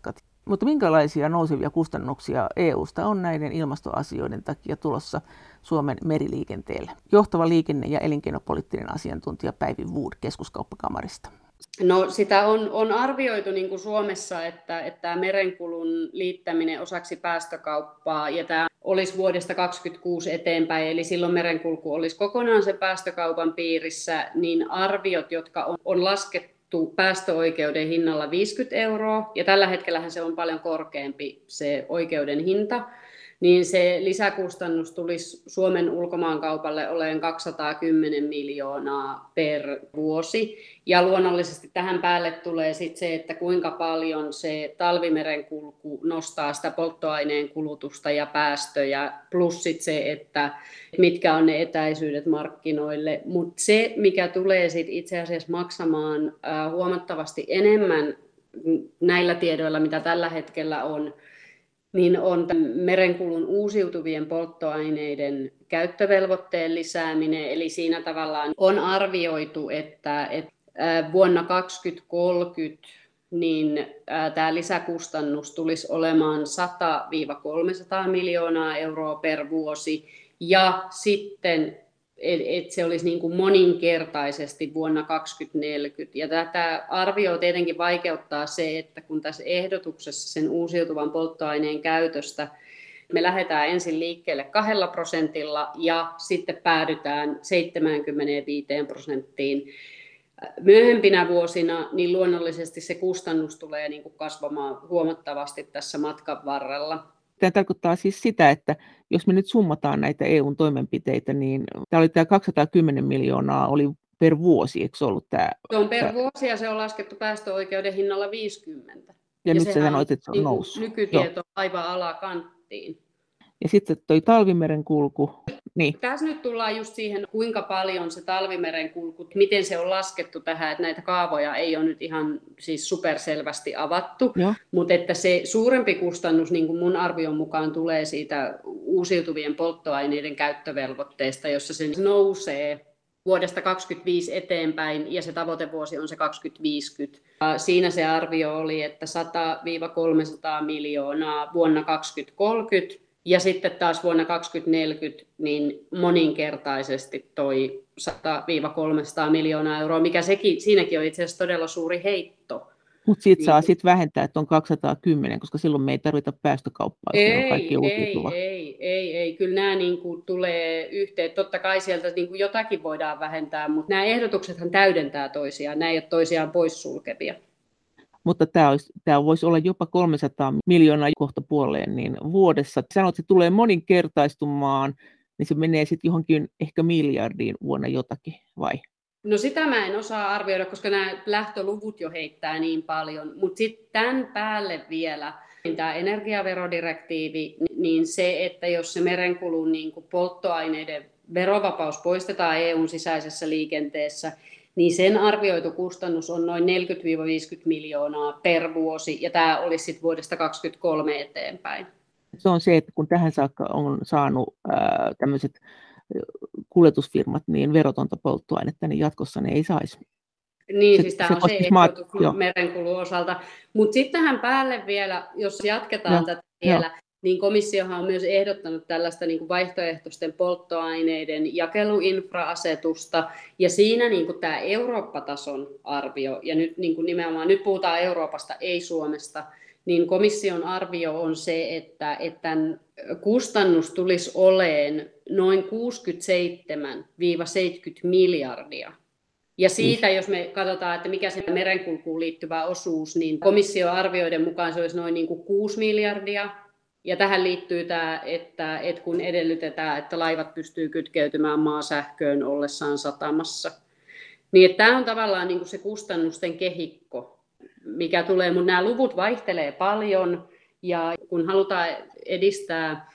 Mutta minkälaisia nousevia kustannuksia E U:sta on näiden ilmastoasioiden takia tulossa Suomen meriliikenteelle? Johtava liikenne- ja elinkeinopoliittinen asiantuntija Päivi Wood Keskuskauppakamarista. No sitä on, on arvioitu niin kuin Suomessa, että, että merenkulun liittäminen osaksi päästökauppaa ja tämä olisi vuodesta kaksikymmentäkuusi eteenpäin, eli silloin merenkulku olisi kokonaan sen päästökaupan piirissä, niin arviot, jotka on, on laskettu päästöoikeuden hinnalla viisikymmentä euroa, ja tällä hetkellähän se on paljon korkeampi se oikeuden hinta, niin se lisäkustannus tulisi Suomen ulkomaankaupalle olemaan kaksisataakymmenen miljoonaa per vuosi. Ja luonnollisesti tähän päälle tulee sitten se, että kuinka paljon se talvimerenkulku nostaa sitä polttoaineen kulutusta ja päästöjä, plus sit se, että mitkä on ne etäisyydet markkinoille. Mutta se, mikä tulee sit itse asiassa maksamaan huomattavasti enemmän näillä tiedoilla, mitä tällä hetkellä on, niin on merenkulun uusiutuvien polttoaineiden käyttövelvoitteen lisääminen. Eli siinä tavallaan on arvioitu, että, että vuonna kaksituhattakolmekymmentä niin tämä lisäkustannus tulisi olemaan sata kolmesataa miljoonaa euroa per vuosi. Ja sitten että se olisi niin kuin moninkertaisesti vuonna kaksituhattaneljäkymmentä. Ja tätä arviota tietenkin vaikeuttaa se, että kun tässä ehdotuksessa sen uusiutuvan polttoaineen käytöstä me lähdetään ensin liikkeelle kahdella prosentilla ja sitten päädytään seitsemäänkymmeneenviiteen prosenttiin myöhempinä vuosina, niin luonnollisesti se kustannus tulee niin kuin kasvamaan huomattavasti tässä matkan varrella. Tämä tarkoittaa siis sitä, että jos me nyt summataan näitä E U:n toimenpiteitä, niin tämä oli tämä kaksisataakymmenen miljoonaa oli per vuosi, eikö se ollut tämä? Se on per tämä... vuosi ja se on laskettu päästöoikeuden hinnalla viisikymmentä. Ja, ja nyt sä sanoit, että se on niin noussut. Nykytieto Joo. aivan alakanttiin. Ja sitten toi talvimeren kulku. Niin. Tässä nyt tullaan just siihen, kuinka paljon se talvimeren kulku, miten se on laskettu tähän, että näitä kaavoja ei ole nyt ihan siis superselvästi avattu, Joo. mutta että se suurempi kustannus niin kuin mun arvion mukaan tulee siitä uusiutuvien polttoaineiden käyttövelvoitteesta, jossa se nousee vuodesta kaksikymmentäviisi eteenpäin ja se tavoitevuosi on se kaksituhattaviisikymmentä. Ja siinä se arvio oli, että sata kolmesataa miljoonaa vuonna kaksituhattakolmekymmentä. Ja sitten taas vuonna kaksituhattaneljäkymmentä niin moninkertaisesti toi sata kolmesataa miljoonaa euroa, mikä sekin, siinäkin on itse asiassa todella suuri heitto. Mutta siitä saa sitten vähentää, että on kaksisataakymmenen, koska silloin me ei tarvita päästökauppaa, jos ei, on kaikki uusiutuva. Ei, ei, ei, ei. Kyllä nämä niin kuin tulee yhteen. Totta kai sieltä niin kuin jotakin voidaan vähentää, mutta nämä ehdotuksethan täydentää toisiaan. Nämä ei ole toisiaan poissulkevia. Mutta tämä, olisi, tämä voisi olla jopa kolmesataa miljoonaa kohta puoleen niin vuodessa. Sanoit, että se tulee moninkertaistumaan, niin se menee sitten johonkin ehkä miljardiin vuonna jotakin, vai? No sitä mä en osaa arvioida, koska nämä lähtöluvut jo heittää niin paljon. Mutta sitten tämän päälle vielä niin tämä energiaverodirektiivi, niin se, että jos se merenkulun niin kuin polttoaineiden verovapaus poistetaan E U:n sisäisessä liikenteessä, niin sen arvioitu kustannus on noin neljäkymmentä viisikymmentä miljoonaa per vuosi, ja tämä olisi sitten vuodesta kaksikymmentäkolme eteenpäin. Se on se, että kun tähän saakka on saanut ää, tämmöiset kuljetusfirmat niin verotonta polttoainetta, niin jatkossa ne ei saisi. Niin, se, siis tämä on se ehdotus merenkulun osalta. Mutta sitten tähän päälle vielä, jos jatketaan no, tätä vielä, no. niin komissiohan on myös ehdottanut tällaista niin kuin vaihtoehtoisten polttoaineiden jakeluinfra-asetusta, ja siinä niin kuin tämä Eurooppa-tason arvio, ja nyt niin kuin nimenomaan nyt puhutaan Euroopasta, ei Suomesta, niin komission arvio on se, että, että tämän kustannus tulisi oleen noin kuusikymmentäseitsemän seitsemänkymmentä miljardia. Ja siitä, jos me katsotaan, että mikä se merenkulkuun liittyvä osuus, niin komission arvioiden mukaan se olisi noin niin kuin kuusi miljardia. Ja tähän liittyy tämä, että, että kun edellytetään, että laivat pystyy kytkeytymään maasähköön ollessaan satamassa. Niin että tämä on tavallaan niin kuin se kustannusten kehikko, mikä tulee, mutta nämä luvut vaihtelee paljon. Ja kun halutaan edistää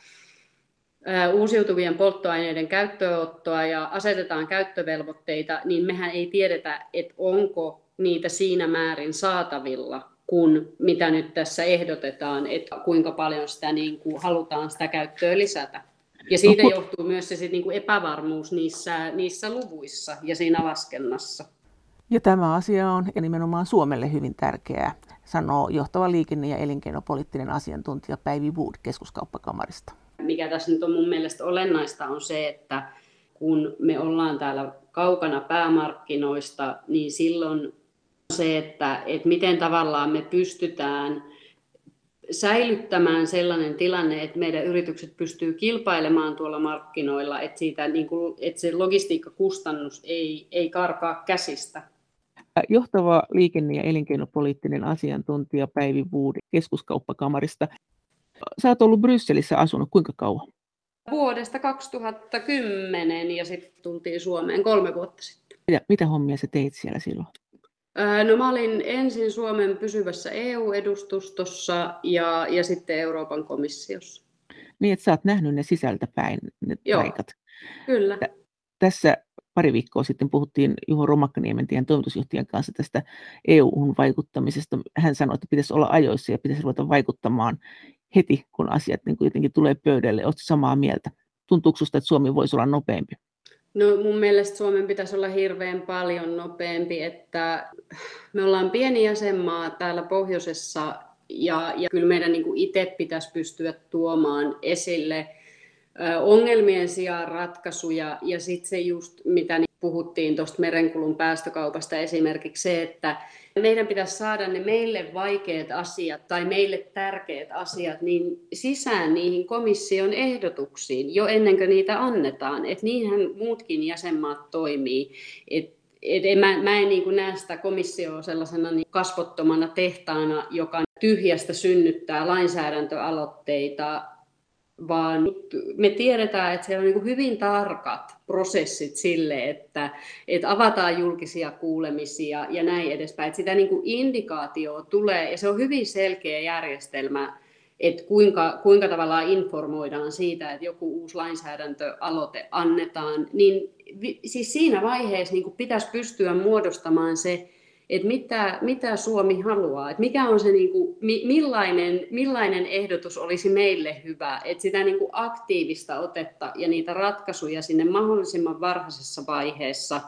uusiutuvien polttoaineiden käyttöönottoa ja asetetaan käyttövelvoitteita, niin mehän ei tiedetä, että onko niitä siinä määrin saatavilla, kun mitä nyt tässä ehdotetaan, että kuinka paljon sitä niin kuin halutaan sitä käyttöä lisätä. Ja siitä no, johtuu myös se sit niin kuin epävarmuus niissä, niissä luvuissa ja siinä laskennassa. Ja tämä asia on nimenomaan Suomelle hyvin tärkeää. sanoo johtava liikenne- ja elinkeinopoliittinen asiantuntija Päivi Wood Keskuskauppakamarista. Mikä tässä nyt on mun mielestä olennaista on se, että kun me ollaan täällä kaukana päämarkkinoista, niin silloin se, että, että miten tavallaan me pystytään säilyttämään sellainen tilanne, että meidän yritykset pystyy kilpailemaan tuolla markkinoilla, että, siitä, niin kuin, että se logistiikkakustannus ei, ei karkaa käsistä. Johtava liikenne- ja elinkeinopoliittinen asiantuntija Päivi Wood Keskuskauppakamarista. Sä oot ollut Brysselissä asunut kuinka kauan? Vuodesta kaksituhattakymmenen ja sitten tultiin Suomeen kolme vuotta sitten. Mitä, mitä hommia sä teit siellä silloin? No mä olin ensin Suomen pysyvässä E U-edustustossa ja, ja sitten Euroopan komissiossa. Niin, että sä oot nähnyt ne sisältäpäin, ne Joo, paikat. Kyllä. Tä, tässä pari viikkoa sitten puhuttiin Juho Romakkaniemen, teidän toimitusjohtajan kanssa tästä E U-hun vaikuttamisesta. Hän sanoi, että pitäisi olla ajoissa ja pitäisi ruveta vaikuttamaan heti, kun asiat niin jotenkin tulee pöydälle. Oletko samaa mieltä? Tuntuuko sinusta, että Suomi voisi olla nopeampi? No mun mielestä Suomen pitäisi olla hirveän paljon nopeampi, että me ollaan pieni jäsenmaa täällä pohjoisessa ja, ja kyllä meidän niin kuin itse pitäisi pystyä tuomaan esille ongelmien sijaan ratkaisuja ja sitten se just mitä puhuttiin tuosta merenkulun päästökaupasta esimerkiksi se, että meidän pitäisi saada ne meille vaikeat asiat tai meille tärkeät asiat niin sisään niihin komission ehdotuksiin jo ennen kuin niitä annetaan. Että niinhän muutkin jäsenmaat toimii. Et, et en, mä, mä en niin näe sitä komissioa sellaisena niin kasvottomana tehtaana, joka tyhjästä synnyttää lainsäädäntöaloitteita, vaan me tiedetään, että siellä on niin hyvin tarkat prosessit sille, että, että avataan julkisia kuulemisia ja näin edespäin. Että sitä niin indikaatioa tulee ja se on hyvin selkeä järjestelmä, että kuinka, kuinka tavallaan informoidaan siitä, että joku uusi lainsäädäntöaloite annetaan. Niin siis siinä vaiheessa niin pitäisi pystyä muodostamaan se, että mitä, mitä Suomi haluaa, että mikä on se, niin kuin, millainen, millainen ehdotus olisi meille hyvä, että sitä niin kuin aktiivista otetta ja niitä ratkaisuja sinne mahdollisimman varhaisessa vaiheessa.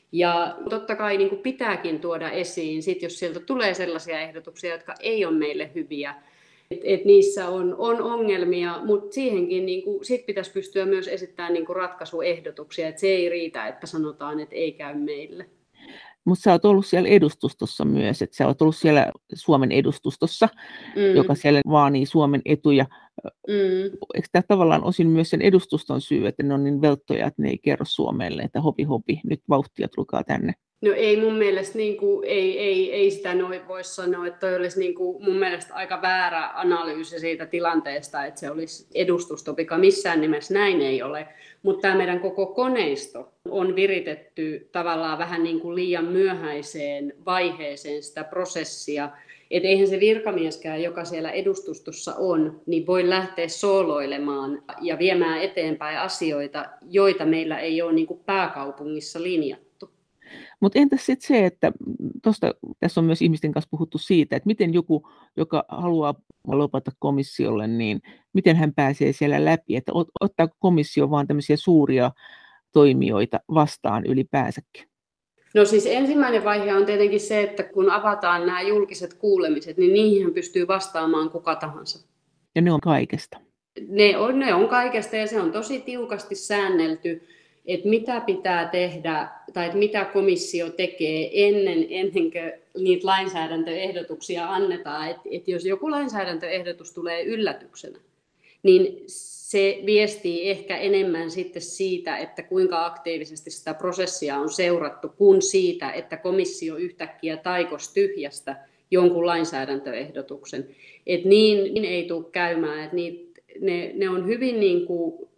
Ja totta kai niin kuin pitääkin tuoda esiin, sit jos sieltä tulee sellaisia ehdotuksia, jotka ei ole meille hyviä, että et niissä on, on ongelmia, mutta siihenkin niin kuin, sit pitäisi pystyä myös esittämään niin kuin ratkaisuehdotuksia, että se ei riitä, että sanotaan, että ei käy meille. Mutta sä oot ollut siellä edustustossa myös, että sä oot ollut siellä Suomen edustustossa, mm. joka siellä vaanii Suomen etuja. Mm. Eikö tämä tavallaan osin myös sen edustuston syy, että ne on niin velttoja, että ne ei kerro Suomelle, että hopi hopi, nyt vauhtia, tulkaa tänne? No ei mun mielestä, niin kuin, ei, ei, ei sitä noin voi sanoa, että toi olisi niin kuin, mun mielestä aika väärä analyysi siitä tilanteesta, että se olisi edustusto, mikä missään nimessä näin ei ole. Mutta tämä meidän koko koneisto on viritetty tavallaan vähän niin kuin liian myöhäiseen vaiheeseen sitä prosessia. Että eihän se virkamieskään, joka siellä edustustossa on, niin voi lähteä sooloilemaan ja viemään eteenpäin asioita, joita meillä ei ole niin kuin pääkaupungissa linjattu. Mutta entäs sitten se, että tosta, tässä on myös ihmisten kanssa puhuttu siitä, että miten joku, joka haluaa lopata komissiolle, niin miten hän pääsee siellä läpi, että ottaako komissio vaan tämmöisiä suuria toimijoita vastaan ylipäänsäkin? No siis ensimmäinen vaihe on tietenkin se, että kun avataan nämä julkiset kuulemiset, niin niihin pystyy vastaamaan kuka tahansa. Ja ne on kaikesta? Ne on, ne on kaikesta ja se on tosi tiukasti säännelty, että mitä pitää tehdä tai että mitä komissio tekee ennen, ennen kuin niitä lainsäädäntöehdotuksia annetaan. Että et jos joku lainsäädäntöehdotus tulee yllätyksenä, niin se viestii ehkä enemmän sitten siitä, että kuinka aktiivisesti sitä prosessia on seurattu, kuin siitä, että komissio yhtäkkiä taikosi tyhjästä jonkun lainsäädäntöehdotuksen. Et niin, niin ei tule käymään, että niitä, ne, ne on hyvin niin kuin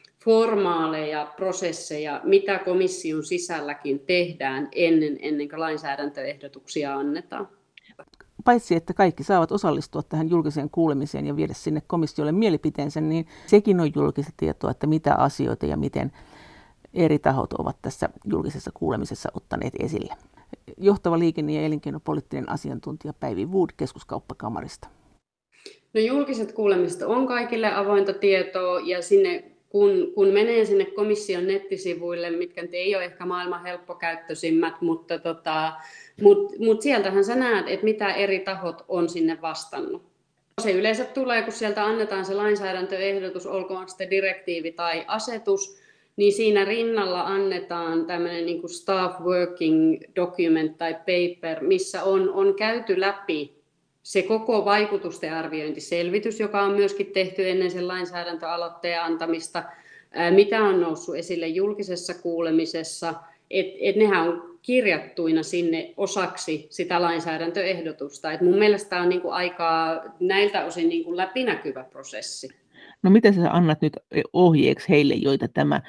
formaaleja prosesseja, mitä komission sisälläkin tehdään ennen, ennen kuin lainsäädäntöehdotuksia annetaan. Paitsi, että kaikki saavat osallistua tähän julkiseen kuulemiseen ja viedä sinne komissiolle mielipiteensä, niin sekin on julkista tietoa, että mitä asioita ja miten eri tahot ovat tässä julkisessa kuulemisessa ottaneet esille. Johtava liikenne- ja elinkeinopoliittinen asiantuntija Päivi Wood Keskuskauppakamarista. No julkiset kuulemiset on kaikille avointa tietoa ja sinne kun, kun menee sinne komission nettisivuille, mitkä ei ole ehkä maailman helppokäyttöisimmät, mutta tota, mut, mut sieltähän sä näet, että mitä eri tahot on sinne vastannut. Se yleensä tulee, kun sieltä annetaan se lainsäädäntöehdotus, olkoon sitten direktiivi tai asetus, niin siinä rinnalla annetaan tämmöinen niin kuin staff working document tai paper, missä on, on käyty läpi se koko vaikutusten arviointiselvitys, joka on myöskin tehty ennen sen lainsäädäntöaloitteen antamista, mitä on noussut esille julkisessa kuulemisessa, että et nehän on kirjattuina sinne osaksi sitä lainsäädäntöehdotusta. Et mun mielestä tämä on niinku aika näiltä osin niinku läpinäkyvä prosessi. No miten sä annat nyt ohjeeksi heille, joita tämä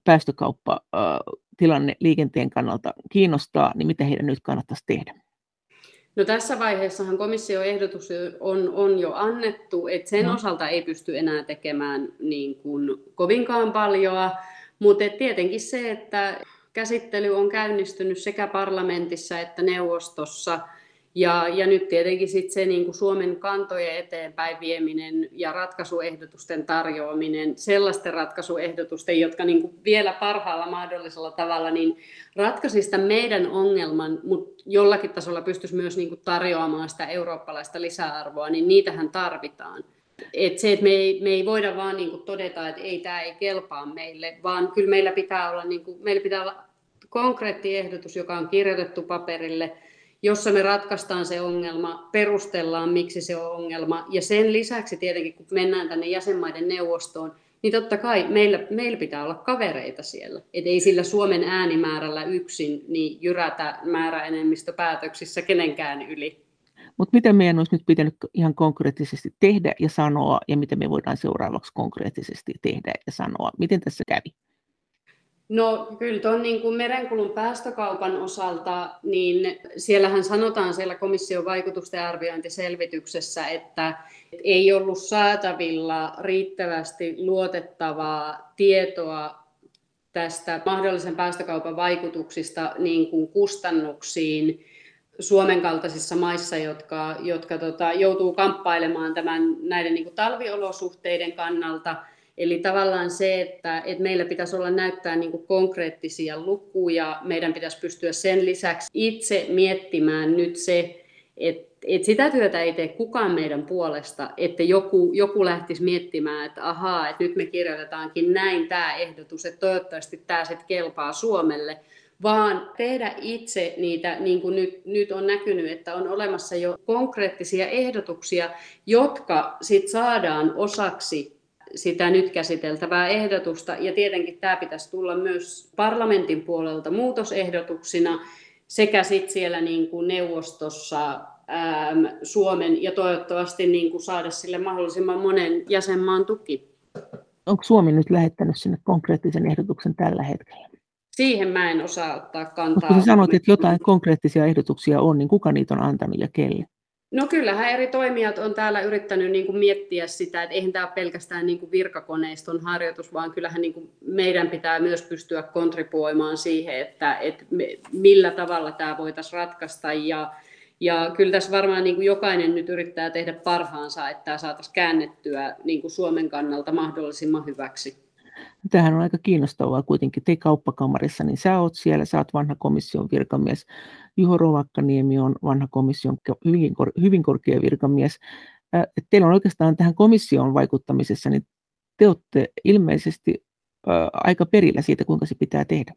päästökauppatilanne liikenteen kannalta kiinnostaa, niin mitä heidän nyt kannattaisi tehdä? No tässä vaiheessahan komission ehdotus on, on jo annettu, että sen no. osalta ei pysty enää tekemään niin kuin kovinkaan paljoa, mutta tietenkin se, että käsittely on käynnistynyt sekä parlamentissa että neuvostossa, ja, ja nyt tietenkin sit se niin kuin Suomen kantojen eteenpäin vieminen ja ratkaisuehdotusten tarjoaminen, sellaisten ratkaisuehdotusten, jotka niin kuin vielä parhaalla mahdollisella tavalla niin ratkaisista meidän ongelman, mutta jollakin tasolla pystyisi myös niin kuin tarjoamaan sitä eurooppalaista lisäarvoa, niin niitähän tarvitaan. Et se, että me ei, me ei voida vaan niin kuin todeta, että ei, tämä ei kelpaa meille, vaan kyllä meillä pitää olla, niin kuin, meillä pitää olla konkreetti ehdotus, joka on kirjoitettu paperille, jossa me ratkaistaan se ongelma, perustellaan, miksi se on ongelma. Ja sen lisäksi tietenkin, kun mennään tänne jäsenmaiden neuvostoon, niin totta kai meillä, meillä pitää olla kavereita siellä. Et ei sillä Suomen äänimäärällä yksin niin jyrätä määräenemmistöpäätöksissä kenenkään yli. Mutta mitä meidän olisi nyt pitänyt ihan konkreettisesti tehdä ja sanoa, ja mitä me voidaan seuraavaksi konkreettisesti tehdä ja sanoa? Miten tässä kävi? No kyllä tuon niin kuin merenkulun päästökaupan osalta, niin siellähän sanotaan siellä komission vaikutusten arviointiselvityksessä, että ei ollut saatavilla riittävästi luotettavaa tietoa tästä mahdollisen päästökaupan vaikutuksista niin kuin kustannuksiin Suomen kaltaisissa maissa, jotka, jotka tota, joutuu kamppailemaan tämän, näiden niin kuin talviolosuhteiden kannalta. Eli tavallaan se, että, että meillä pitäisi olla näyttää niin kuin konkreettisia lukuja, meidän pitäisi pystyä sen lisäksi itse miettimään nyt se, että, että sitä työtä ei tee kukaan meidän puolesta, että joku, joku lähtisi miettimään, että ahaa, että nyt me kirjoitetaankin näin tämä ehdotus, että toivottavasti tämä sitten kelpaa Suomelle, vaan tehdä itse niitä, niin kuin nyt, nyt on näkynyt, että on olemassa jo konkreettisia ehdotuksia, jotka sitten saadaan osaksi sitä nyt käsiteltävää ehdotusta, ja tietenkin tämä pitäisi tulla myös parlamentin puolelta muutosehdotuksina sekä sitten siellä niin kuin neuvostossa ääm, Suomen ja toivottavasti niin kuin saada sille mahdollisimman monen jäsenmaan tuki. Onko Suomi nyt lähettänyt sinne konkreettisen ehdotuksen tällä hetkellä? Siihen mä en osaa ottaa kantaa. Mutta kun sä sanoit, että jotain konkreettisia ehdotuksia on, niin kuka niitä on antanut ja kelle? No kyllähän eri toimijat on täällä yrittänyt niin kuin miettiä sitä, että eihän tämä ole pelkästään niin kuin virkakoneiston harjoitus, vaan kyllähän niin kuin meidän pitää myös pystyä kontribuoimaan siihen, että, että me, millä tavalla tämä voitaisiin ratkaista. Ja, ja kyllä tässä varmaan niin kuin jokainen nyt yrittää tehdä parhaansa, että tämä saataisiin käännettyä niin kuin Suomen kannalta mahdollisimman hyväksi. Tämähän on aika kiinnostavaa kuitenkin. Te kauppakamarissa, niin sä oot siellä, sä oot vanha komission virkamies. Juho Rovakkaniemi on vanha komission hyvin, hyvin korkea virkamies. Et teillä on oikeastaan tähän komission vaikuttamisessa, niin te olette ilmeisesti ää, aika perillä siitä, kuinka se pitää tehdä.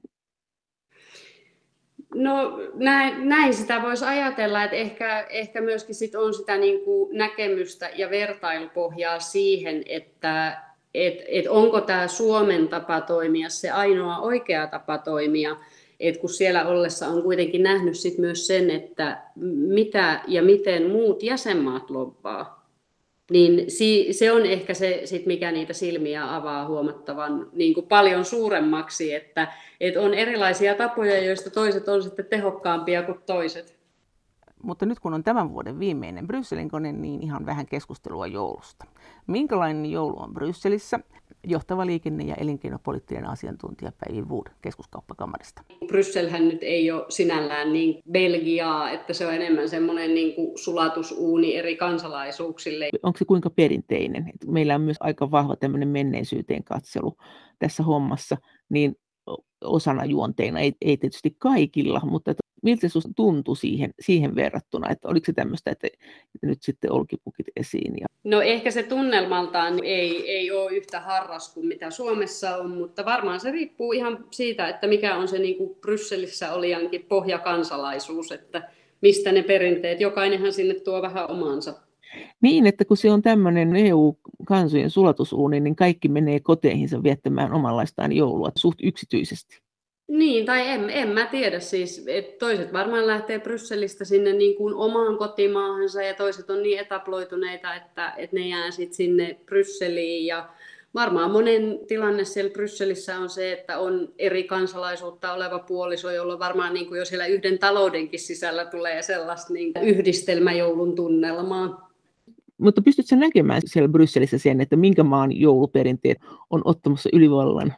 No näin, näin sitä voisi ajatella, että ehkä, ehkä myöskin sit on sitä niin kuin näkemystä ja vertailupohjaa siihen, että et, et onko tämä Suomen tapa toimia se ainoa oikea tapa toimia, et kun siellä ollessa on kuitenkin nähnyt sit myös sen, että mitä ja miten muut jäsenmaat lobbaa, niin si, se on ehkä se, sit mikä niitä silmiä avaa huomattavan niin kuin paljon suuremmaksi, että et on erilaisia tapoja, joista toiset on sitten tehokkaampia kuin toiset. Mutta nyt kun on tämän vuoden viimeinen Brysselin kone, niin ihan vähän keskustelua joulusta. Minkälainen joulu on Brysselissä? Johtava liikenne- ja elinkeinopoliittinen asiantuntija Päivi Wood Keskuskauppakamarista. Brysselhän nyt ei ole sinällään niin Belgiaa, että se on enemmän semmoinen niin kuin sulatusuuni eri kansalaisuuksille. Onko se kuinka perinteinen? Meillä on myös aika vahva tämmöinen menneisyyteen katselu tässä hommassa, niin osana juonteina, ei, ei tietysti kaikilla, mutta että miltä se tuntui siihen, siihen verrattuna, että oliko se tämmöistä, että, että nyt sitten olkipukit esiin? Ja... No ehkä se tunnelmaltaan ei, ei ole yhtä harras kuin mitä Suomessa on, mutta varmaan se riippuu ihan siitä, että mikä on se niin kuin Brysselissä olijankin pohjakansalaisuus, että mistä ne perinteet, jokainenhan sinne tuo vähän omansa. Niin, että kun se on tämmöinen E U-kansojen sulatusuuni, niin kaikki menee koteihinsa viettämään omanlaistaan joulua suht yksityisesti. Niin, tai en, en mä tiedä siis, että toiset varmaan lähtee Brysselistä sinne niin kuin omaan kotimaahansa ja toiset on niin etaploituneita, että, että ne jää sitten sinne Brysseliin ja varmaan monen tilanne siellä Brysselissä on se, että on eri kansalaisuutta oleva puoliso, jolla varmaan niin kuin jo siellä yhden taloudenkin sisällä tulee sellaista niin yhdistelmäjoulun tunnelmaa. Mutta pystytkö näkemään siellä Brysselissä sen, että minkä maan jouluperinteet on ottamassa ylivallan?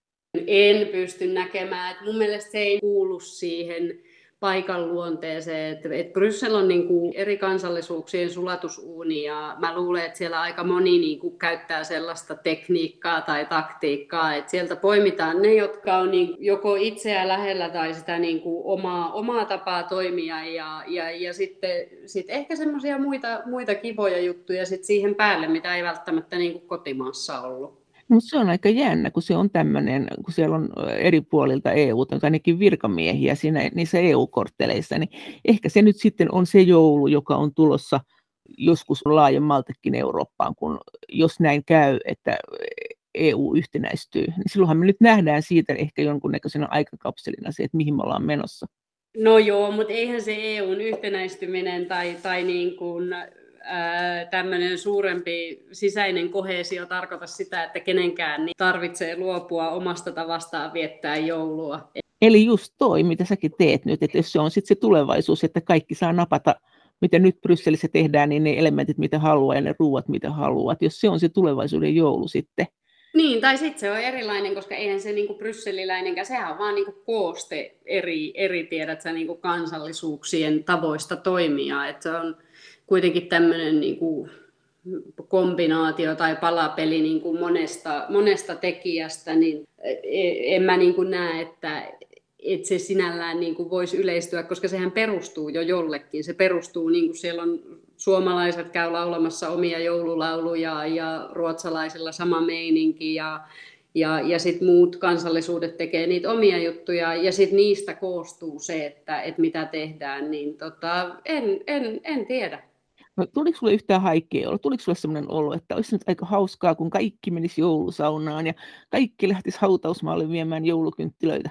En pysty näkemään. Että mun mielestä se ei kuulu siihen paikan luonteeseen. Että, että Bryssel on niin kuin eri kansallisuuksien sulatusuuni ja mä luulen, että siellä aika moni niin kuin käyttää sellaista tekniikkaa tai taktiikkaa, että sieltä poimitaan ne, jotka on niin joko itseä lähellä tai sitä niin kuin omaa, omaa tapaa toimia ja, ja, ja sitten sit ehkä semmoisia muita, muita kivoja juttuja sit siihen päälle, mitä ei välttämättä niin kuin kotimaassa ollut. Mutta se on aika jännä, kun se on tämmöinen, kun siellä on eri puolilta E U:ta, ainakin virkamiehiä siinä, niissä E U-kortteleissa, niin ehkä se nyt sitten on se joulu, joka on tulossa joskus laajemmaltakin Eurooppaan, kun jos näin käy, että E U yhtenäistyy, niin silloinhan me nyt nähdään siitä ehkä jonkunnäköisenä aikakapselina se, että mihin me ollaan menossa. No joo, mutta eihän se E U:n yhtenäistyminen tai, tai niin kuin tämmöinen suurempi sisäinen koheesio tarkoita sitä, että kenenkään niin tarvitsee luopua omasta tavastaan viettää joulua. Eli just toi, mitä säkin teet nyt, että jos se on sitten se tulevaisuus, että kaikki saa napata, mitä nyt Brysselissä tehdään, niin ne elementit, mitä haluaa ja ne ruuat, mitä haluat, jos se on se tulevaisuuden joulu sitten. Niin, tai sitten se on erilainen, koska eihän se niinku brysseliläinenkään, sehän on vaan niinku kooste eri, eri tiedät sä, niinku kansallisuuksien tavoista toimia, että se on kuitenkin tämmöinen niinku kombinaatio tai palapeli niinku monesta, monesta tekijästä, niin en mä niinku näe, että, että se sinällään niinku voisi yleistyä, koska sehän perustuu jo jollekin. Se perustuu, niin kuin siellä on suomalaiset käy laulamassa omia joululauluja ja ruotsalaisilla sama meininki ja Ja, ja sitten muut kansallisuudet tekee niitä omia juttuja ja sitten niistä koostuu se, että, että mitä tehdään, niin tota, en, en, en tiedä. No, tuliko sinulle yhtään haikea olo? Tuliko sinulle sellainen olo, että olisi nyt aika hauskaa, kun kaikki menisi joulusaunaan ja kaikki lähtisi hautausmaalle viemään joulukynttilöitä?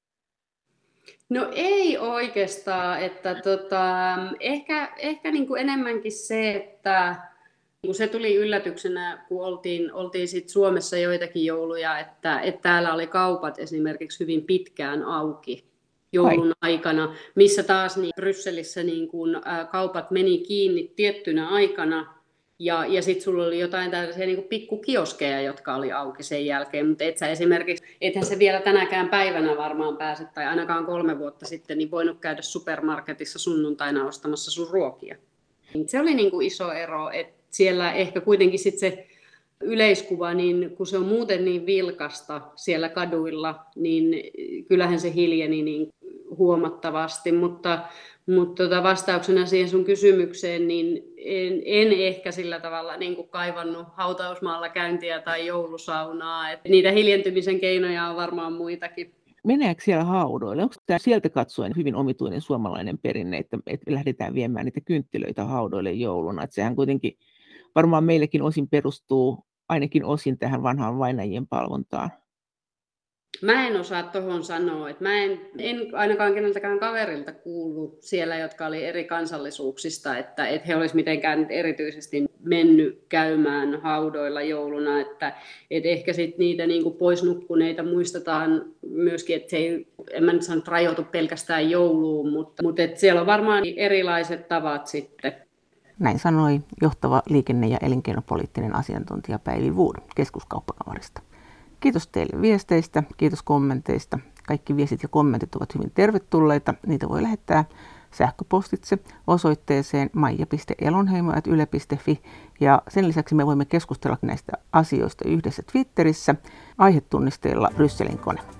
No ei oikeastaan, että tota, ehkä, ehkä niin kuin enemmänkin se, että se tuli yllätyksenä, kun oltiin, oltiin sit Suomessa joitakin jouluja, että, että täällä oli kaupat esimerkiksi hyvin pitkään auki joulun Ai. aikana, missä taas niin Brysselissä niin kun, ä, kaupat meni kiinni tiettynä aikana, ja, ja sitten sulla oli jotain tällaisia niin pikkukioskeja, jotka oli auki sen jälkeen, mutta et sä esimerkiksi, ethän se vielä tänäkään päivänä varmaan pääse, tai ainakaan kolme vuotta sitten, niin voinut käydä supermarketissa sunnuntaina ostamassa sun ruokia. Se oli niin kuin iso ero, että siellä ehkä kuitenkin sit se yleiskuva, niin kun se on muuten niin vilkasta siellä kaduilla, niin kyllähän se hiljeni niin huomattavasti, mutta, mutta tota vastauksena siihen sun kysymykseen, niin en, en ehkä sillä tavalla niin kuin kaivannut hautausmaalla käyntiä tai joulusaunaa. Et niitä hiljentymisen keinoja on varmaan muitakin. Meneekö siellä haudoille? Onko tämä sieltä katsoen hyvin omituinen suomalainen perinne, että, että lähdetään viemään niitä kynttilöitä haudoille jouluna? Että sehän kuitenkin varmaan meillekin osin perustuu ainakin osin tähän vanhaan vainajien palvontaan. Mä en osaa tuohon sanoa, että mä en, en ainakaan keneltäkään kaverilta kuullut siellä, jotka oli eri kansallisuuksista, että, että he olisivat mitenkään erityisesti mennyt käymään haudoilla jouluna, että, että ehkä sitten niitä niin kuin poisnukkuneita muistetaan myöskin, että se ei, en mä nyt sano, että rajoitu pelkästään jouluun, mutta, mutta että siellä on varmaan erilaiset tavat sitten. Näin sanoi johtava liikenne- ja elinkeinopoliittinen asiantuntija Päivi Wood Keskuskauppakamarista. Kiitos teille viesteistä, kiitos kommenteista. Kaikki viestit ja kommentit ovat hyvin tervetulleita. Niitä voi lähettää sähköpostitse osoitteeseen maija piste elonheimo ät yle piste fi. Ja sen lisäksi me voimme keskustella näistä asioista yhdessä Twitterissä aihetunnisteella Brysselin kone.